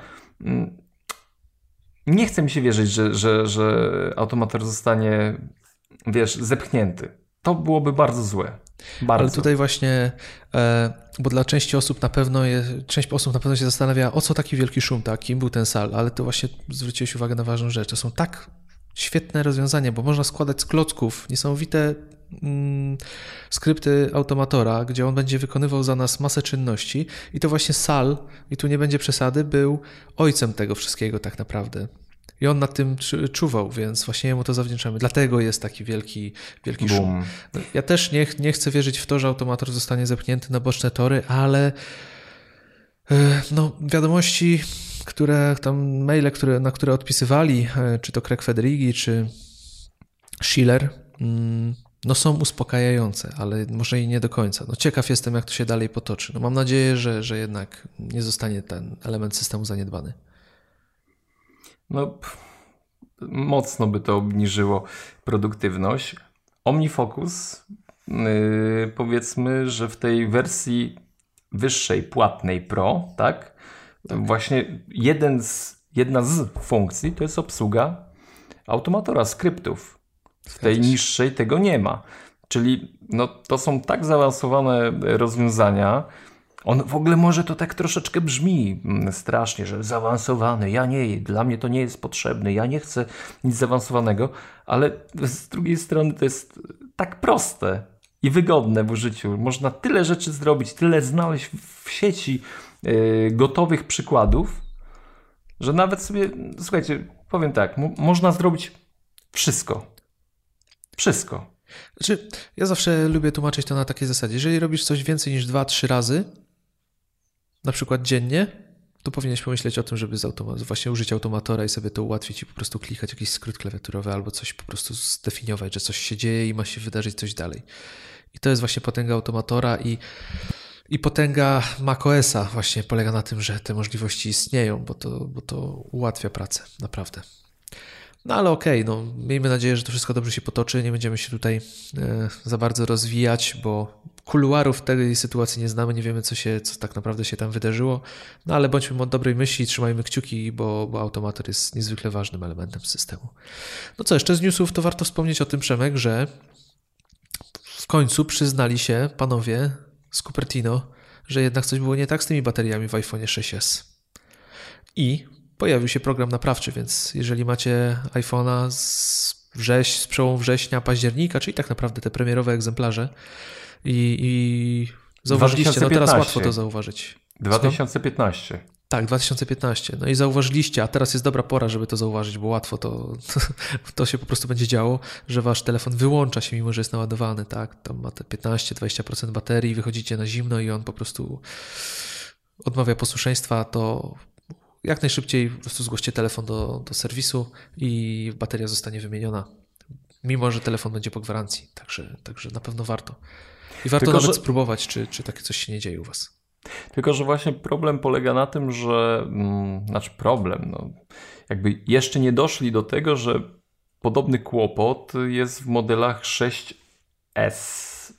Nie chce mi się wierzyć, że automator zostanie, wiesz, zepchnięty. To byłoby bardzo złe. Bardzo. Ale tutaj właśnie, bo dla część osób na pewno się zastanawia, o co taki wielki szum, tak? Kim był ten Sal, ale to właśnie zwróciłeś uwagę na ważną rzecz. To są tak świetne rozwiązania, bo można składać z klocków niesamowite skrypty automatora, gdzie on będzie wykonywał za nas masę czynności i to właśnie Sal, i tu nie będzie przesady, był ojcem tego wszystkiego tak naprawdę. I on nad tym czuwał, więc właśnie jemu to zawdzięczamy. Dlatego jest taki wielki szum. Ja też nie chcę wierzyć w to, że automator zostanie zepchnięty na boczne tory, ale wiadomości, maile, na które odpisywali, czy to Craig Federighi, czy Schiller, są uspokajające, ale może i nie do końca. Ciekaw jestem, jak to się dalej potoczy. Mam nadzieję, że jednak nie zostanie ten element systemu zaniedbany. Mocno by to obniżyło produktywność. OmniFocus, powiedzmy, że w tej wersji wyższej, płatnej Pro, tak? Właśnie jedna z funkcji to jest obsługa automatora, skryptów. W tej niższej tego nie ma. Czyli to są tak zaawansowane rozwiązania. On w ogóle może to tak troszeczkę brzmi strasznie, że zaawansowany. Dla mnie to nie jest potrzebne. Ja nie chcę nic zaawansowanego, ale z drugiej strony to jest tak proste i wygodne w użyciu. Można tyle rzeczy zrobić, tyle znaleźć w sieci gotowych przykładów, że nawet sobie, słuchajcie, powiem tak, można zrobić wszystko. Wszystko. Znaczy, ja zawsze lubię tłumaczyć to na takiej zasadzie. Jeżeli robisz coś więcej niż 2-3 razy, na przykład dziennie, to powinieneś pomyśleć o tym, żeby właśnie użyć automatora i sobie to ułatwić i po prostu klikać jakiś skrót klawiaturowy albo coś po prostu zdefiniować, że coś się dzieje i ma się wydarzyć coś dalej. I to jest właśnie potęga automatora i potęga macOSa właśnie polega na tym, że te możliwości istnieją, bo to ułatwia pracę, naprawdę. Ale okej, miejmy nadzieję, że to wszystko dobrze się potoczy, nie będziemy się tutaj za bardzo rozwijać, bo kuluarów tej sytuacji nie znamy, nie wiemy, co tak naprawdę się tam wydarzyło, ale bądźmy od dobrej myśli, trzymajmy kciuki, bo automator jest niezwykle ważnym elementem systemu. Co jeszcze z newsów, to warto wspomnieć o tym, Przemek, że w końcu przyznali się panowie z Cupertino, że jednak coś było nie tak z tymi bateriami w iPhone 6s. I pojawił się program naprawczy, więc jeżeli macie iPhone'a z z przełomu września, października, czyli tak naprawdę te premierowe egzemplarze i zauważyliście, 2015. no teraz łatwo to zauważyć. 2015. Tak, 2015. No i zauważyliście, a teraz jest dobra pora, żeby to zauważyć, bo łatwo to się po prostu będzie działo, że wasz telefon wyłącza się, mimo że jest naładowany, tak? Tam ma te 15-20% baterii, wychodzicie na zimno i on po prostu odmawia posłuszeństwa, to jak najszybciej po prostu zgłoście telefon do serwisu i bateria zostanie wymieniona, mimo że telefon będzie po gwarancji, także na pewno warto. I warto Tylko, nawet spróbować, czy takie coś się nie dzieje u was. Tylko, że właśnie problem polega na tym, że jakby jeszcze nie doszli do tego, że podobny kłopot jest w modelach 6S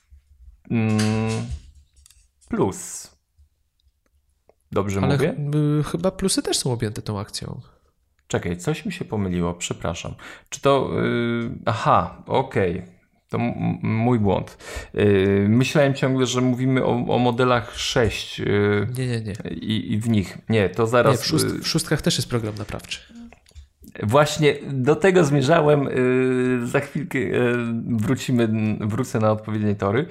plus. Dobrze ale mówię? Chyba plusy też są objęte tą akcją. Czekaj, coś mi się pomyliło, przepraszam. Czy to... aha, okej. To mój błąd. Myślałem ciągle, że mówimy o modelach 6. Nie. I w nich. Nie, to zaraz... Nie, w szóstkach też jest program naprawczy. Właśnie do tego zmierzałem. Za chwilkę wrócę na odpowiednie tory.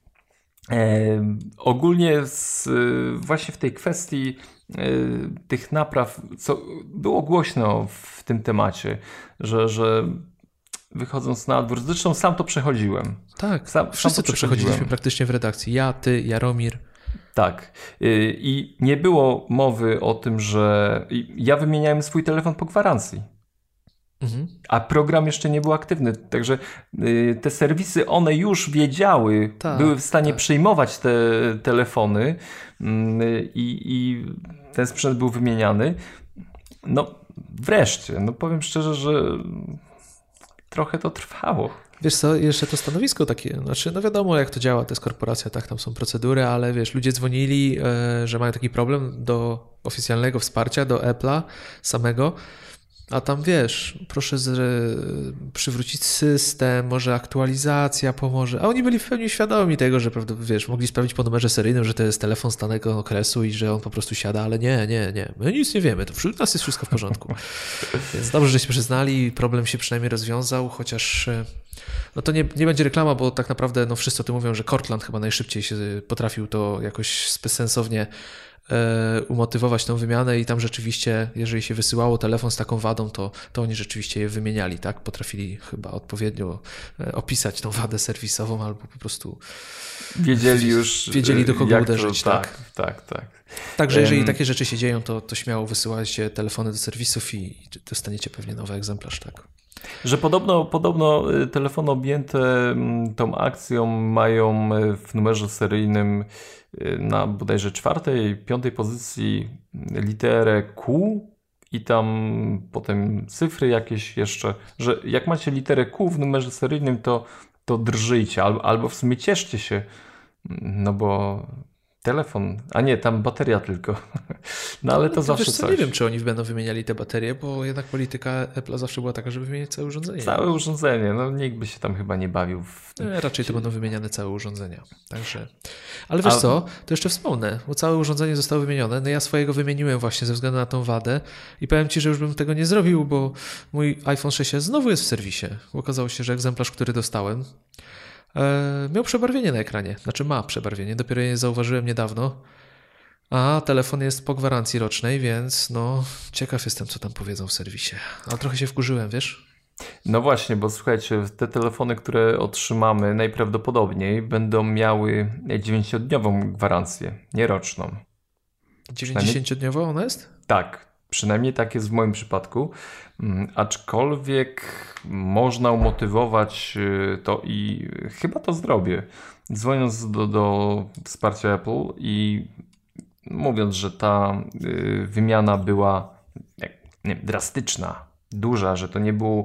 Ogólnie właśnie w tej kwestii tych napraw, co było głośno w tym temacie, że wychodząc na dwór, zresztą sam to przechodziłem. Tak, wszyscy to przechodziliśmy praktycznie w redakcji. Ja, ty, Jaromir. Tak. I nie było mowy o tym, że ja wymieniałem swój telefon po gwarancji. A program jeszcze nie był aktywny, także te serwisy, one już wiedziały, były w stanie przyjmować te telefony i ten sprzęt był wymieniany. No wreszcie, powiem szczerze, że trochę to trwało. Wiesz co, jeszcze to stanowisko takie, no wiadomo jak to działa, to jest korporacja, tak, tam są procedury, ale wiesz, ludzie dzwonili, że mają taki problem do oficjalnego wsparcia, do Apple'a samego, a tam wiesz, proszę przywrócić system, może aktualizacja pomoże, a oni byli w pełni świadomi tego, że wiesz, mogli sprawdzić po numerze seryjnym, że to jest telefon z danego okresu i że on po prostu siada, ale nie, my nic nie wiemy, to wśród nas jest wszystko w porządku. Więc dobrze, żeście przyznali, problem się przynajmniej rozwiązał, chociaż no to nie będzie reklama, bo tak naprawdę wszyscy o tym mówią, że Cortland chyba najszybciej się potrafił to jakoś sensownie umotywować tą wymianę i tam rzeczywiście, jeżeli się wysyłało telefon z taką wadą, to oni rzeczywiście je wymieniali, tak? Potrafili chyba odpowiednio opisać tą wadę serwisową albo po prostu wiedzieli do kogo uderzyć. Tak. Także jeżeli takie rzeczy się dzieją, to śmiało wysyłajcie telefony do serwisów i dostaniecie pewnie nowy egzemplarz, tak? Że podobno telefony objęte tą akcją mają w numerze seryjnym na bodajże 4., 5. pozycji literę Q i tam potem cyfry jakieś jeszcze, że jak macie literę Q w numerze seryjnym, to drżyjcie albo w sumie cieszcie się, no bo telefon, a nie, tam bateria tylko. No ale to zawsze coś. Nie wiem, czy oni będą wymieniali te baterie, bo jednak polityka Apple'a zawsze była taka, żeby wymieniać całe urządzenie. Całe urządzenie, nikt by się tam chyba nie bawił w tym. Raczej to będą wymieniane całe urządzenia. Także. Ale wiesz co, to jeszcze wspomnę, bo całe urządzenie zostało wymienione. No ja swojego wymieniłem właśnie ze względu na tą wadę i powiem Ci, że już bym tego nie zrobił, bo mój iPhone 6s znowu jest w serwisie. Okazało się, że egzemplarz, który dostałem, miał przebarwienie na ekranie. Znaczy ma przebarwienie, dopiero je zauważyłem niedawno. A telefon jest po gwarancji rocznej, więc ciekaw jestem, co tam powiedzą w serwisie. Ale trochę się wkurzyłem, wiesz? No właśnie, bo słuchajcie, te telefony, które otrzymamy najprawdopodobniej będą miały 90-dniową gwarancję, nie roczną. 90-dniowa ona jest? Tak. Przynajmniej tak jest w moim przypadku, aczkolwiek można umotywować to i chyba to zrobię, dzwoniąc do wsparcia Apple i mówiąc, że ta wymiana była drastyczna, duża, że to nie był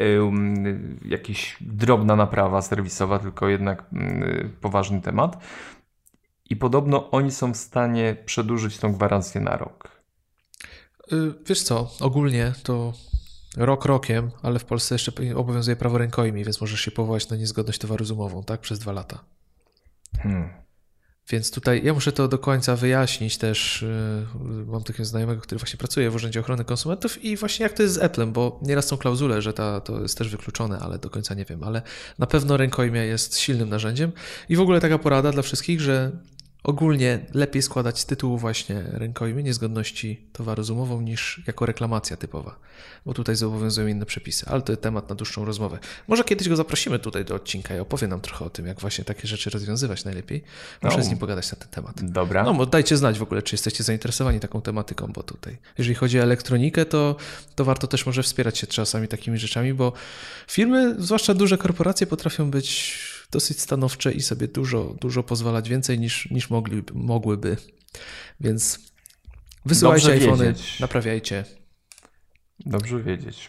jakaś drobna naprawa serwisowa, tylko jednak poważny temat i podobno oni są w stanie przedłużyć tą gwarancję na rok. Wiesz co, ogólnie to rok rokiem, ale w Polsce jeszcze obowiązuje prawo rękojmi, więc możesz się powołać na niezgodność towaru z umową, tak? Przez 2 lata. Więc tutaj ja muszę to do końca wyjaśnić też. Mam takiego znajomego, który właśnie pracuje w Urzędzie Ochrony Konsumentów i właśnie jak to jest z Applem, bo nieraz są klauzule, że to jest też wykluczone, ale do końca nie wiem. Ale na pewno rękojmie jest silnym narzędziem i w ogóle taka porada dla wszystkich, że ogólnie lepiej składać z tytułu właśnie rękojmie niezgodności towaru z umową niż jako reklamacja typowa, bo tutaj zobowiązują inne przepisy, ale to jest temat na dłuższą rozmowę. Może kiedyś go zaprosimy tutaj do odcinka i opowie nam trochę o tym, jak właśnie takie rzeczy rozwiązywać najlepiej. Muszę z nim pogadać na ten temat. Dobra. No, bo dajcie znać w ogóle, czy jesteście zainteresowani taką tematyką, bo tutaj, jeżeli chodzi o elektronikę, to warto też może wspierać się czasami takimi rzeczami, bo firmy, zwłaszcza duże korporacje, potrafią być dosyć stanowcze i sobie dużo pozwalać więcej niż mogłyby. Więc wysyłajcie iPhony, naprawiajcie. Dobrze wiedzieć.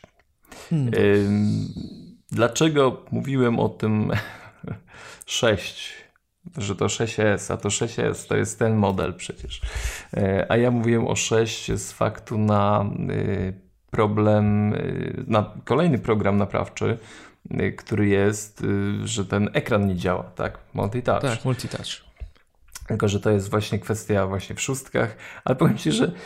Dlaczego mówiłem o tym 6, że to 6S, a to 6S to jest ten model przecież. A ja mówiłem o 6 z faktu na problem, na kolejny program naprawczy, który jest, że ten ekran nie działa, tak? Multitouch. Tak, multitouch. Tylko, że to jest właśnie kwestia właśnie w szóstkach, ale powiem Ci, że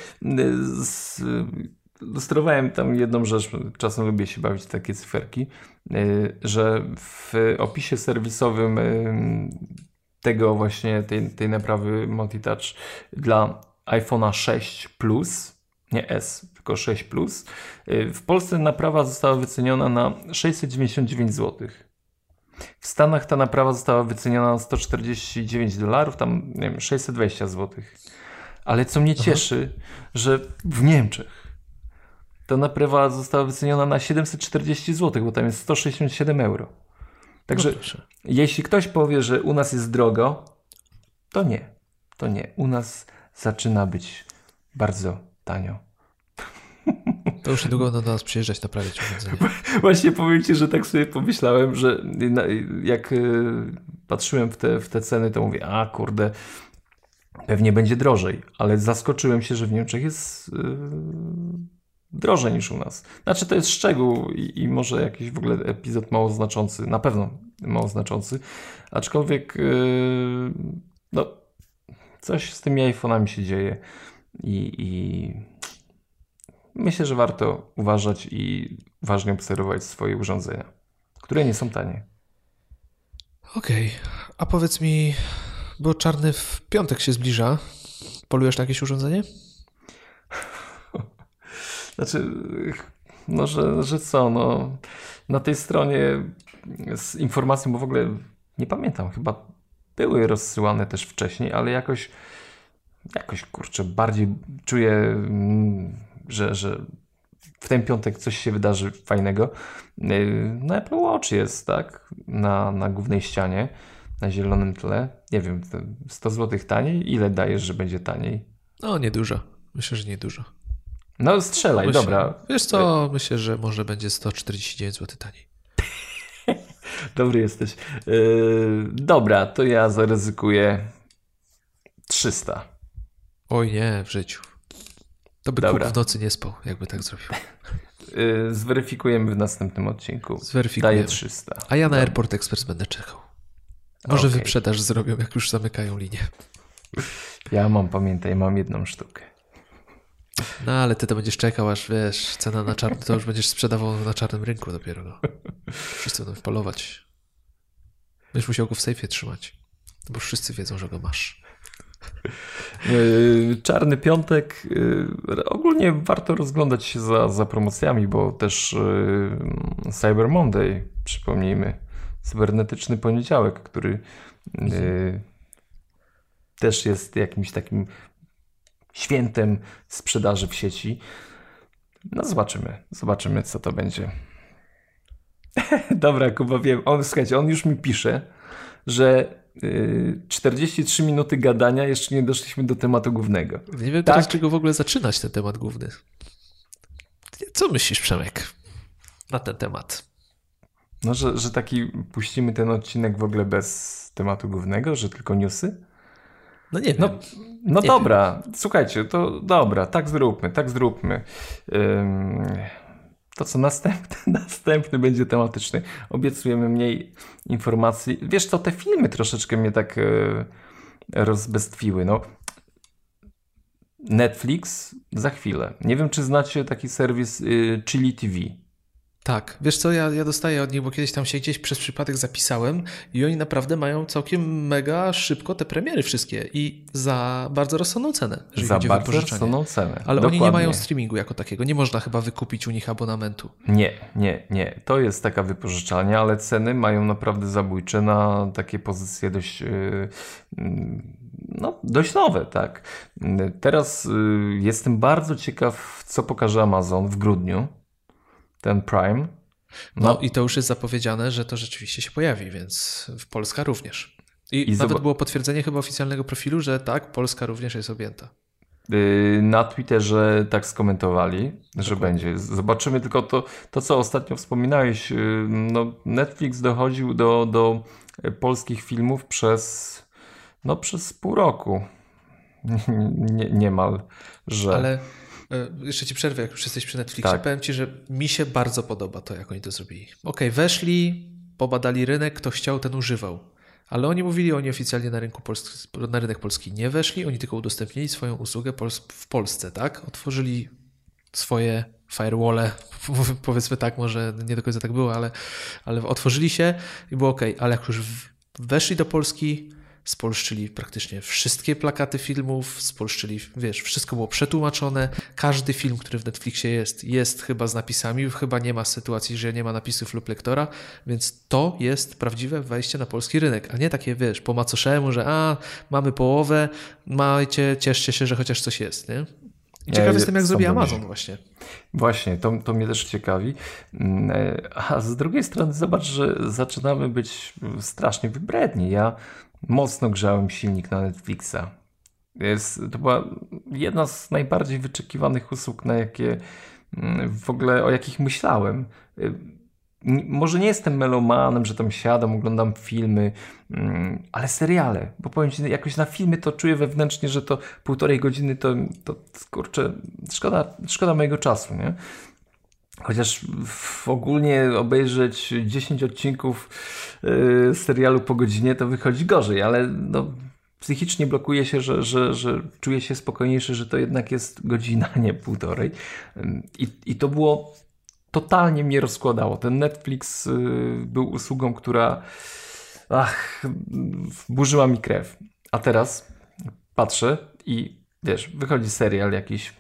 lustrowałem tam jedną rzecz, czasem lubię się bawić w takie cyferki, że w opisie serwisowym tego właśnie, tej naprawy multitouch dla iPhone'a 6 Plus, nie S, tylko 6 Plus, w Polsce naprawa została wyceniona na 699 zł. W Stanach ta naprawa została wyceniona na $149, tam nie wiem, 620 zł. Ale co mnie cieszy, że w Niemczech ta naprawa została wyceniona na 740 zł, bo tam jest 167 euro. Także jeśli ktoś powie, że u nas jest drogo, to nie. To nie. U nas zaczyna być bardzo tanio. To już niedługo do nas przyjeżdżać, naprawiać urządzenie. Właśnie powiem Ci, że tak sobie pomyślałem, że jak patrzyłem w te ceny, to mówię, a kurde, pewnie będzie drożej. Ale zaskoczyłem się, że w Niemczech jest drożej niż u nas. Znaczy to jest szczegół i może jakiś w ogóle epizod mało znaczący, na pewno mało znaczący, aczkolwiek no, coś z tymi iPhone'ami się dzieje i myślę, że warto uważać i uważnie obserwować swoje urządzenia, które nie są tanie. Okej, a powiedz mi, bo czarny w piątek się zbliża, polujesz na jakieś urządzenie? Znaczy, no, że co, no, na tej stronie z informacją, bo w ogóle nie pamiętam, chyba były rozsyłane też wcześniej, ale jakoś kurczę, bardziej czuję, że w ten piątek coś się wydarzy fajnego. Na Apple Watch jest, tak, na głównej ścianie, na zielonym tle. Nie wiem, 100 zł taniej? Ile dajesz, że będzie taniej? No, niedużo. Myślę, że niedużo. No strzelaj, dobra. Wiesz co, myślę, że może będzie 149 zł taniej. Dobry jesteś. Dobra, to ja zaryzykuję 300. Oj nie, w życiu. To by Kuk w nocy nie spał, jakby tak zrobił. Zweryfikujemy w następnym odcinku. Zweryfikujemy. Daję 300. A ja na Airport Express będę czekał. Może wyprzedaż zrobią, jak już zamykają linię. Ja mam jedną sztukę. No ale ty to będziesz czekał, aż wiesz, cena na czarny, to już będziesz sprzedawał na czarnym rynku dopiero. No. Wszyscy będą wpalować. Będziesz musiał go w sejfie trzymać, bo wszyscy wiedzą, że go masz. Czarny piątek. Ogólnie warto rozglądać się za promocjami, bo też Cyber Monday, przypomnijmy, cybernetyczny poniedziałek, który też jest jakimś takim świętem sprzedaży w sieci. No zobaczymy co to będzie. Dobra, Kuba, wiem. Słuchajcie, on już mi pisze, że 43 minuty gadania, jeszcze nie doszliśmy do tematu głównego. Nie wiem teraz, czego w ogóle zaczynać ten temat główny. Co myślisz, Przemek, na ten temat? No, że taki puścimy ten odcinek w ogóle bez tematu głównego, że tylko newsy? No nie wiem. No dobra, słuchajcie, to dobra, tak zróbmy. To co następny będzie tematyczny. Obiecujemy mniej informacji. Wiesz co, te filmy troszeczkę mnie tak rozbestwiły. No, Netflix za chwilę. Nie wiem, czy znacie taki serwis Chili TV. Tak, wiesz co, ja dostaję od nich, bo kiedyś tam się gdzieś przez przypadek zapisałem i oni naprawdę mają całkiem mega szybko te premiery wszystkie i za bardzo rozsądną cenę. Za bardzo rozsądną cenę. Ale dokładnie. Oni nie mają streamingu jako takiego, nie można chyba wykupić u nich abonamentu. Nie. To jest taka wypożyczalnia, ale ceny mają naprawdę zabójcze na takie pozycje dość nowe, tak. Teraz jestem bardzo ciekaw, co pokaże Amazon w grudniu. Ten Prime. No i to już jest zapowiedziane, że to rzeczywiście się pojawi, więc w Polska również. I nawet było potwierdzenie chyba oficjalnego profilu, że tak, Polska również jest objęta. Na Twitterze tak skomentowali, że będzie. Zobaczymy tylko to, co ostatnio wspominałeś. No, Netflix dochodził do polskich filmów przez pół roku. Niemal, że... Ale jeszcze ci przerwę, jak już jesteś przy Netflixie. Tak. Powiem ci, że mi się bardzo podoba to, jak oni to zrobili. Okej, weszli, pobadali rynek, kto chciał, ten używał. Ale oni mówili, oni oficjalnie na rynek polski nie weszli, oni tylko udostępnili swoją usługę w Polsce, tak? Otworzyli swoje firewalle, powiedzmy tak, może nie do końca tak było, ale otworzyli się i było okej. Ale jak już weszli do Polski, spolszczyli praktycznie wszystkie plakaty filmów, spolszczyli, wiesz, wszystko było przetłumaczone. Każdy film, który w Netflixie jest chyba z napisami, chyba nie ma sytuacji, że nie ma napisów lub lektora, więc to jest prawdziwe wejście na polski rynek, a nie takie, wiesz, po macoszemu, że mamy połowę, cieszcie się, że chociaż coś jest, nie? I ciekaw jestem, jak zrobi Amazon właśnie. Właśnie, to mnie też ciekawi. A z drugiej strony zobacz, że zaczynamy być strasznie wybredni. Ja mocno grzałem silnik na Netflixa. To była jedna z najbardziej wyczekiwanych usług, na jakie w ogóle o jakich myślałem. Może nie jestem melomanem, że tam siadam, oglądam filmy, ale seriale, bo powiem ci, jakoś na filmy to czuję wewnętrznie, że to 1,5 godziny to kurczę, szkoda mojego czasu, nie? Chociaż ogólnie obejrzeć 10 odcinków serialu po godzinie to wychodzi gorzej, ale psychicznie blokuje się, że czuję się spokojniejszy, że to jednak jest godzina, nie 1,5. I to było, totalnie mnie rozkładało. Ten Netflix był usługą, która burzyła mi krew. A teraz patrzę i wiesz, wychodzi serial jakiś,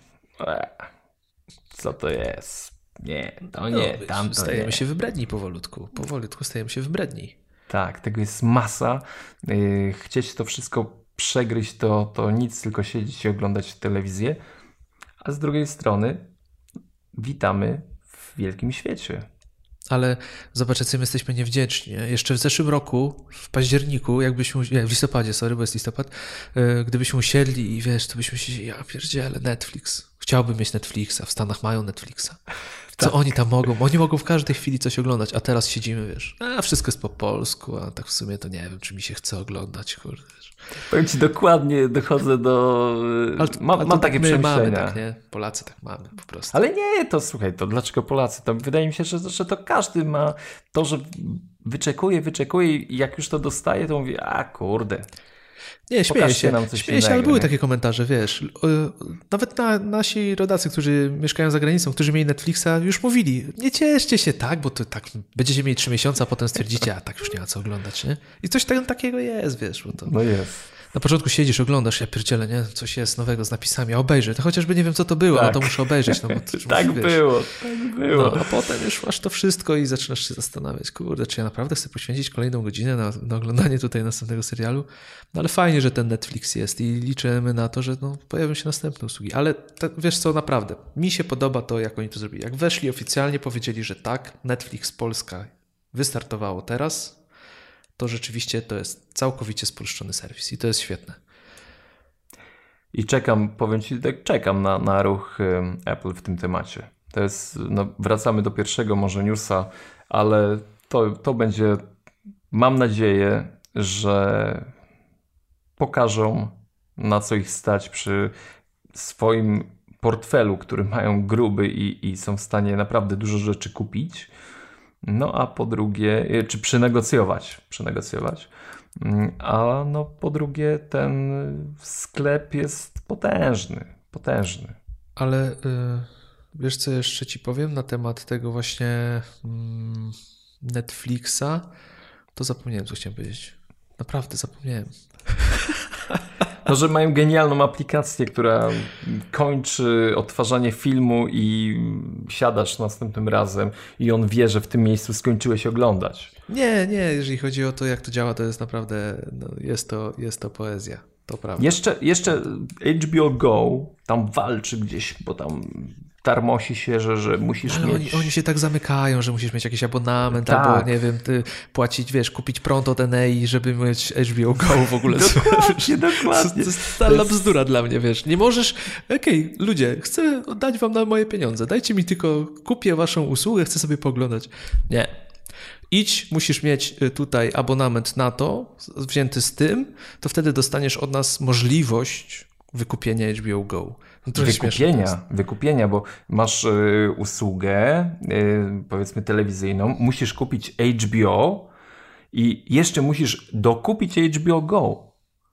co to jest? Nie, to nie, tamto stajemy się wybredni powolutku stajemy się wybredni. Tak, tego jest masa. Chcieć to wszystko przegryźć, to nic, tylko siedzieć i oglądać telewizję. A z drugiej strony witamy w wielkim świecie. Ale zobacz, jacy my jesteśmy niewdzięczni. Nie? Jeszcze w zeszłym roku, w październiku, w listopadzie, bo jest listopad, gdybyśmy usiedli i wiesz, to byśmy się, ja pierdzielę, Netflix. Chciałbym mieć Netflixa, w Stanach mają Netflixa. Co tak. Oni tam mogą? Oni mogą w każdej chwili coś oglądać, a teraz siedzimy, wiesz, wszystko jest po polsku, a tak w sumie to nie wiem, czy mi się chce oglądać, kurde. Powiem ci, dokładnie dochodzę do... Mam takie przemyślenia. Mamy tak, nie? Polacy tak mamy po prostu. Ale nie, to słuchaj, to dlaczego Polacy? To wydaje mi się, że to każdy ma to, że wyczekuje i jak już to dostaje, to mówi, kurde. Nie, śmieję się, ale były takie komentarze, wiesz, nawet nasi rodacy, którzy mieszkają za granicą, którzy mieli Netflixa, już mówili, nie cieszcie się tak, bo to tak będziecie mieli 3 miesiące, a potem stwierdzicie, tak już nie ma co oglądać, nie? I coś takiego jest, wiesz. Bo to... No jest. Na początku siedzisz, oglądasz, ja pierdzielę, nie? Coś jest nowego z napisami, a obejrzę. To chociażby nie wiem, co to było, no to muszę obejrzeć. No, bo tak było. No, a potem już masz to wszystko i zaczynasz się zastanawiać, kurde, czy ja naprawdę chcę poświęcić kolejną godzinę na oglądanie tutaj następnego serialu? No ale fajnie, że ten Netflix jest i liczymy na to, że pojawią się następne usługi. Ale wiesz co, naprawdę, mi się podoba to, jak oni to zrobili. Jak weszli oficjalnie, powiedzieli, że tak, Netflix Polska wystartowało teraz, to rzeczywiście to jest całkowicie spolszczony serwis i to jest świetne. I powiem ci, czekam na ruch Apple w tym temacie. To jest, wracamy do pierwszego może newsa, ale to będzie, mam nadzieję, że pokażą, na co ich stać przy swoim portfelu, który mają gruby i są w stanie naprawdę dużo rzeczy kupić. No a po drugie, czy przynegocjować, a no po drugie ten sklep jest potężny. Ale wiesz co jeszcze ci powiem na temat tego właśnie Netflixa? To zapomniałem, co chciałem powiedzieć. Naprawdę zapomniałem. No, że mają genialną aplikację, która kończy odtwarzanie filmu i siadasz następnym razem i on wie, że w tym miejscu skończyłeś oglądać. Nie, jeżeli chodzi o to, jak to działa, to jest naprawdę, jest to poezja. To prawda. Jeszcze HBO Go tam walczy gdzieś, bo tam tarmosi się, że musisz mieć... Oni się tak zamykają, że musisz mieć jakiś abonament, tak. albo nie wiem, ty płacić, wiesz, kupić prąd od Enei, żeby mieć HBO Go w ogóle. Dokładnie. To jest totalna bzdura dla mnie, wiesz. Nie możesz, okej, ludzie, chcę dać wam na moje pieniądze, dajcie mi tylko, kupię waszą usługę, chcę sobie pooglądać. Nie. Musisz mieć tutaj abonament na to, wzięty z tym, to wtedy dostaniesz od nas możliwość wykupienia HBO Go. Wykupienia, bo masz usługę, powiedzmy telewizyjną, musisz kupić HBO i jeszcze musisz dokupić HBO Go.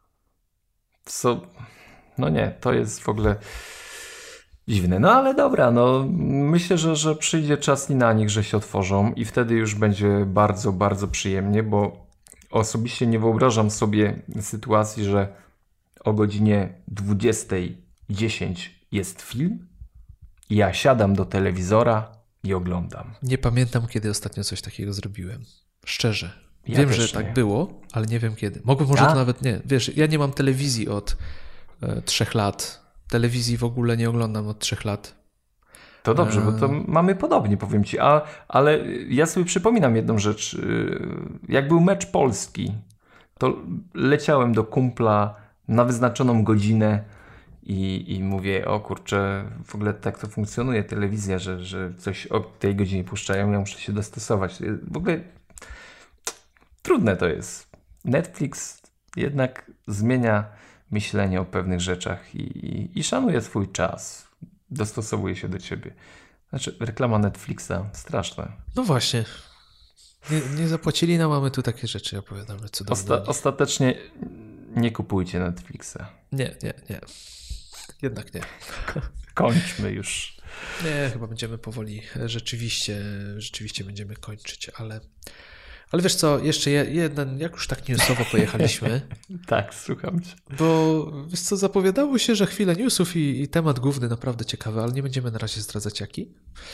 No nie, to jest w ogóle dziwne. No ale dobra, no myślę, że przyjdzie czas i na nich, że się otworzą i wtedy już będzie bardzo, bardzo przyjemnie, bo osobiście nie wyobrażam sobie sytuacji, że o godzinie 20:10 jest film i ja siadam do telewizora i oglądam. Nie pamiętam, kiedy ostatnio coś takiego zrobiłem. Szczerze. Ja wiem, że nie. tak było, ale nie wiem kiedy. Może to nawet nie. Wiesz, ja nie mam telewizji od 3 lat. Telewizji w ogóle nie oglądam od 3 lat. To dobrze, bo to mamy podobnie, powiem ci. Ale ja sobie przypominam jedną rzecz. Jak był mecz Polski, to leciałem do kumpla na wyznaczoną godzinę i mówię, o kurczę, w ogóle tak to funkcjonuje telewizja, że coś o tej godzinie puszczają, ja muszę się dostosować. W ogóle trudne to jest. Netflix jednak zmienia myślenie o pewnych rzeczach i szanuje swój czas. Dostosowuje się do ciebie. Znaczy, reklama Netflixa, straszne. No właśnie. Nie zapłacili nam, a my tu takie rzeczy opowiadamy. Ostatecznie nie kupujcie Netflixa. Nie. Jednak nie. Kończmy już. Nie, chyba będziemy powoli. Rzeczywiście będziemy kończyć, ale wiesz co, jeszcze jeden, jak już tak newsowo pojechaliśmy. Tak, słucham cię. Bo wiesz co, zapowiadało się, że chwilę newsów i temat główny naprawdę ciekawy, ale nie będziemy na razie zdradzać jaki.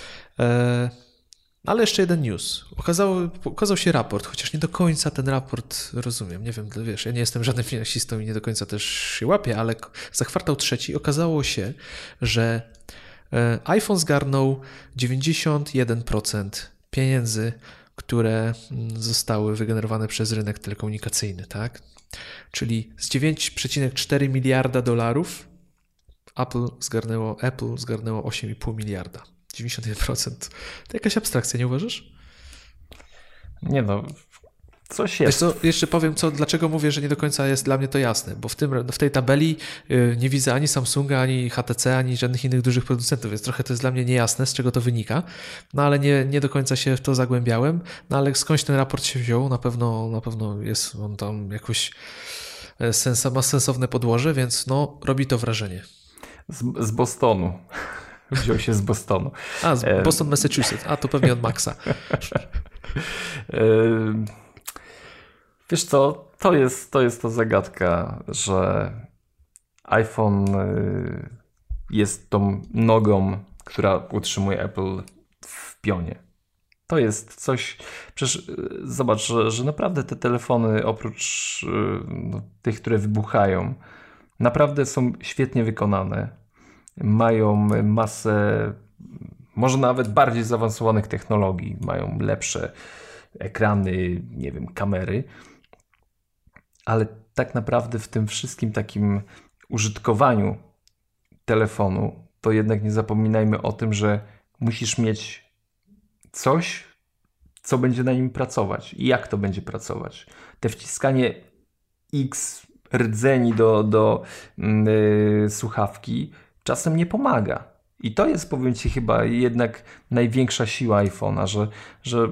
Ale jeszcze jeden news. Ukazał się raport, chociaż nie do końca ten raport rozumiem. Nie wiem, wiesz, ja nie jestem żadnym finansistą i nie do końca też się łapię, ale za kwartał trzeci okazało się, że iPhone zgarnął 91% pieniędzy, które zostały wygenerowane przez rynek telekomunikacyjny, tak? Czyli z 9,4 miliarda dolarów Apple zgarnęło 8,5 miliarda. 91%. To jakaś abstrakcja, nie uważasz? Nie no, coś jest. Wiesz co, jeszcze powiem, dlaczego mówię, że nie do końca jest dla mnie to jasne, bo w tej tabeli nie widzę ani Samsunga, ani HTC, ani żadnych innych dużych producentów, więc trochę to jest dla mnie niejasne, z czego to wynika, no ale nie do końca się w to zagłębiałem, no ale skądś ten raport się wziął, na pewno jest on tam jakoś ma sensowne podłoże, więc no robi to wrażenie. Z Bostonu. Wziął się z Bostonu. Z Boston, Massachusetts. To pewnie od Maxa. Wiesz co, to jest to zagadka, że iPhone jest tą nogą, która utrzymuje Apple w pionie. To jest coś, przecież zobacz, że naprawdę te telefony oprócz tych, które wybuchają, naprawdę są świetnie wykonane. Mają masę, może nawet bardziej zaawansowanych technologii, mają lepsze ekrany, nie wiem, kamery, ale tak naprawdę w tym wszystkim takim użytkowaniu telefonu, to jednak nie zapominajmy o tym, że musisz mieć coś, co będzie na nim pracować i jak to będzie pracować. Te wciskanie X rdzeni do słuchawki czasem nie pomaga. I to jest, powiem ci, chyba jednak największa siła iPhone'a, że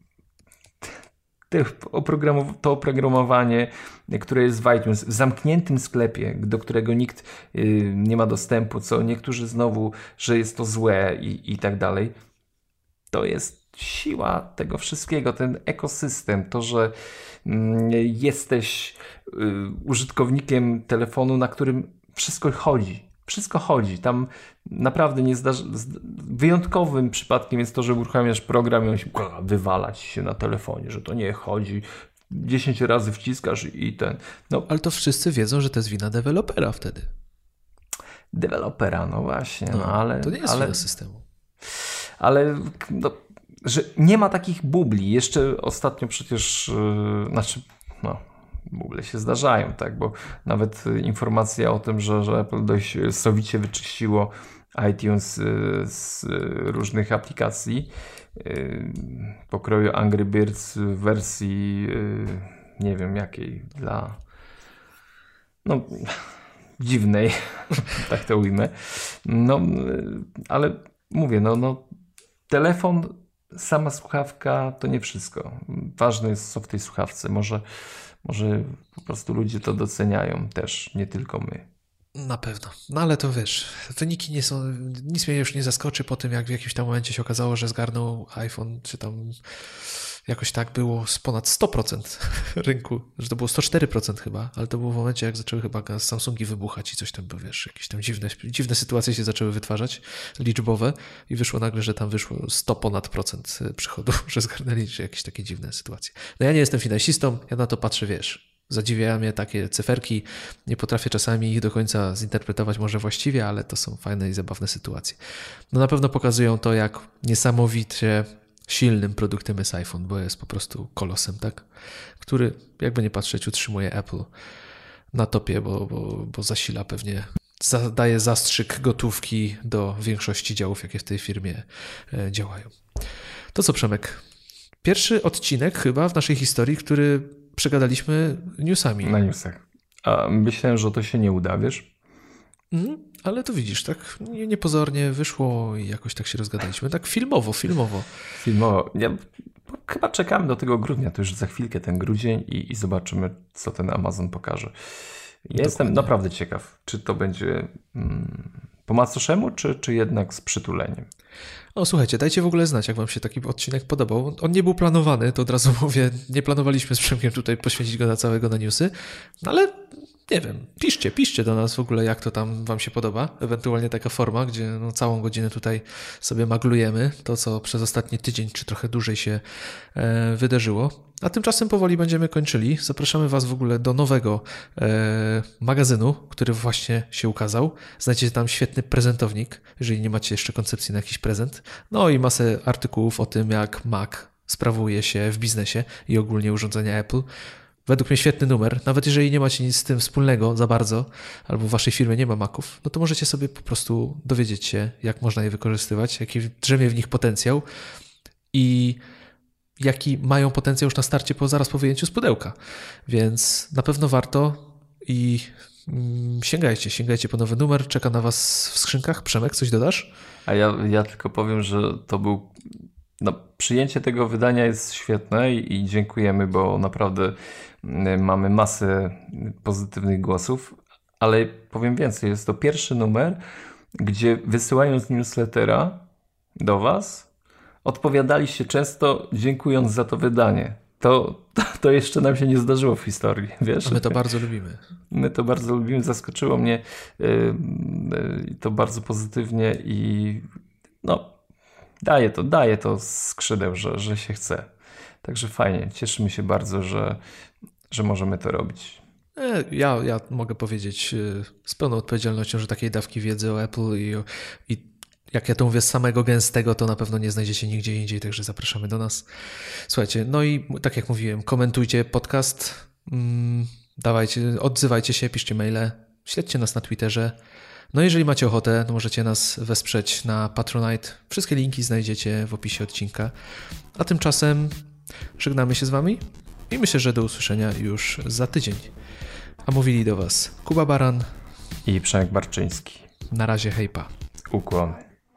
to oprogramowanie, które jest w iTunes, w zamkniętym sklepie, do którego nikt nie ma dostępu, co niektórzy znowu, że jest to złe i tak dalej, to jest siła tego wszystkiego, ten ekosystem, to, że jesteś użytkownikiem telefonu, na którym wszystko chodzi. Wszystko chodzi. Tam naprawdę wyjątkowym przypadkiem jest to, że uruchamiasz program i on się wywalać się na telefonie, że to nie chodzi. 10 razy wciskasz i ten. No. Ale to wszyscy wiedzą, że to jest wina dewelopera wtedy. Dewelopera, no właśnie. No, ale, to nie jest wina systemu. Ale że nie ma takich bubli. Jeszcze ostatnio przecież, buble się zdarzają, tak, bo nawet informacja o tym, że Apple dość sowicie wyczyściło iTunes z różnych aplikacji pokroju Angry Birds w wersji nie wiem jakiej, dla dziwnej, tak to ujmę. Ale mówię, telefon, sama słuchawka to nie wszystko. Ważne jest, co w tej słuchawce. Może po prostu ludzie to doceniają też, nie tylko my. Na pewno. No ale to wiesz, wyniki nie są, nic mnie już nie zaskoczy po tym, jak w jakimś tam momencie się okazało, że zgarnął iPhone, czy tam jakoś tak było z ponad 100% rynku, że to było 104% chyba, ale to było w momencie, jak zaczęły chyba Samsungi wybuchać i coś tam, bo wiesz, jakieś tam dziwne sytuacje się zaczęły wytwarzać, liczbowe i wyszło nagle, że tam wyszło 100 ponad procent przychodu, że zgarnęli, czy jakieś takie dziwne sytuacje. No ja nie jestem finansistą, ja na to patrzę, wiesz, zadziwiają mnie takie cyferki, nie potrafię czasami ich do końca zinterpretować może właściwie, ale to są fajne i zabawne sytuacje. No na pewno pokazują to, jak niesamowicie silnym produktem jest iPhone, bo jest po prostu kolosem, tak? Który, jakby nie patrzeć, utrzymuje Apple na topie, bo zasila pewnie, daje zastrzyk gotówki do większości działów, jakie w tej firmie działają. To co, Przemek? Pierwszy odcinek chyba w naszej historii, który przegadaliśmy newsami. Na newsach. A myślałem, że to się nie uda, wiesz? Ale to widzisz, tak niepozornie wyszło i jakoś tak się rozgadaliśmy. Tak filmowo. Ja chyba czekamy do tego grudnia, to już za chwilkę ten grudzień i zobaczymy, co ten Amazon pokaże. Jestem naprawdę ciekaw, czy to będzie po macoszemu, czy jednak z przytuleniem. O, słuchajcie, dajcie w ogóle znać, jak wam się taki odcinek podobał. On nie był planowany, to od razu mówię, nie planowaliśmy z Przemkiem tutaj poświęcić go na newsy, ale nie wiem, piszcie do nas w ogóle, jak to tam wam się podoba. Ewentualnie taka forma, gdzie całą godzinę tutaj sobie maglujemy to, co przez ostatni tydzień, czy trochę dłużej się wydarzyło. A tymczasem powoli będziemy kończyli. Zapraszamy was w ogóle do nowego magazynu, który właśnie się ukazał. Znajdziecie tam świetny prezentownik, jeżeli nie macie jeszcze koncepcji na jakiś prezent. No i masę artykułów o tym, jak Mac sprawuje się w biznesie i ogólnie urządzenia Apple. Według mnie świetny numer. Nawet jeżeli nie macie nic z tym wspólnego za bardzo, albo w waszej firmie nie ma Maców, no to możecie sobie po prostu dowiedzieć się, jak można je wykorzystywać, jaki drzemie w nich potencjał i jaki mają potencjał już na starcie zaraz po wyjęciu z pudełka. Więc na pewno warto i sięgajcie po nowy numer. Czeka na was w skrzynkach. Przemek, coś dodasz? A ja tylko powiem, że to był... przyjęcie tego wydania jest świetne i dziękujemy, bo naprawdę mamy masę pozytywnych głosów, ale powiem więcej, jest to pierwszy numer, gdzie wysyłając newslettera do was, odpowiadaliście często dziękując za to wydanie. To jeszcze nam się nie zdarzyło w historii, wiesz? A my to bardzo lubimy. My to bardzo lubimy, zaskoczyło mnie to bardzo pozytywnie i daje to skrzydeł, że się chce. Także fajnie, cieszymy się bardzo, że możemy to robić. Ja mogę powiedzieć z pełną odpowiedzialnością, że takiej dawki wiedzy o Apple i jak ja to mówię, z samego gęstego, to na pewno nie znajdziecie nigdzie indziej, także zapraszamy do nas. Słuchajcie, no i tak jak mówiłem, komentujcie podcast, odzywajcie się, piszcie maile, śledźcie nas na Twitterze. No jeżeli macie ochotę, to możecie nas wesprzeć na Patronite. Wszystkie linki znajdziecie w opisie odcinka. A tymczasem żegnamy się z wami i myślę, że do usłyszenia już za tydzień. A mówili do was Kuba Baran i Przemek Barczyński. Na razie, hejpa. Ukłony.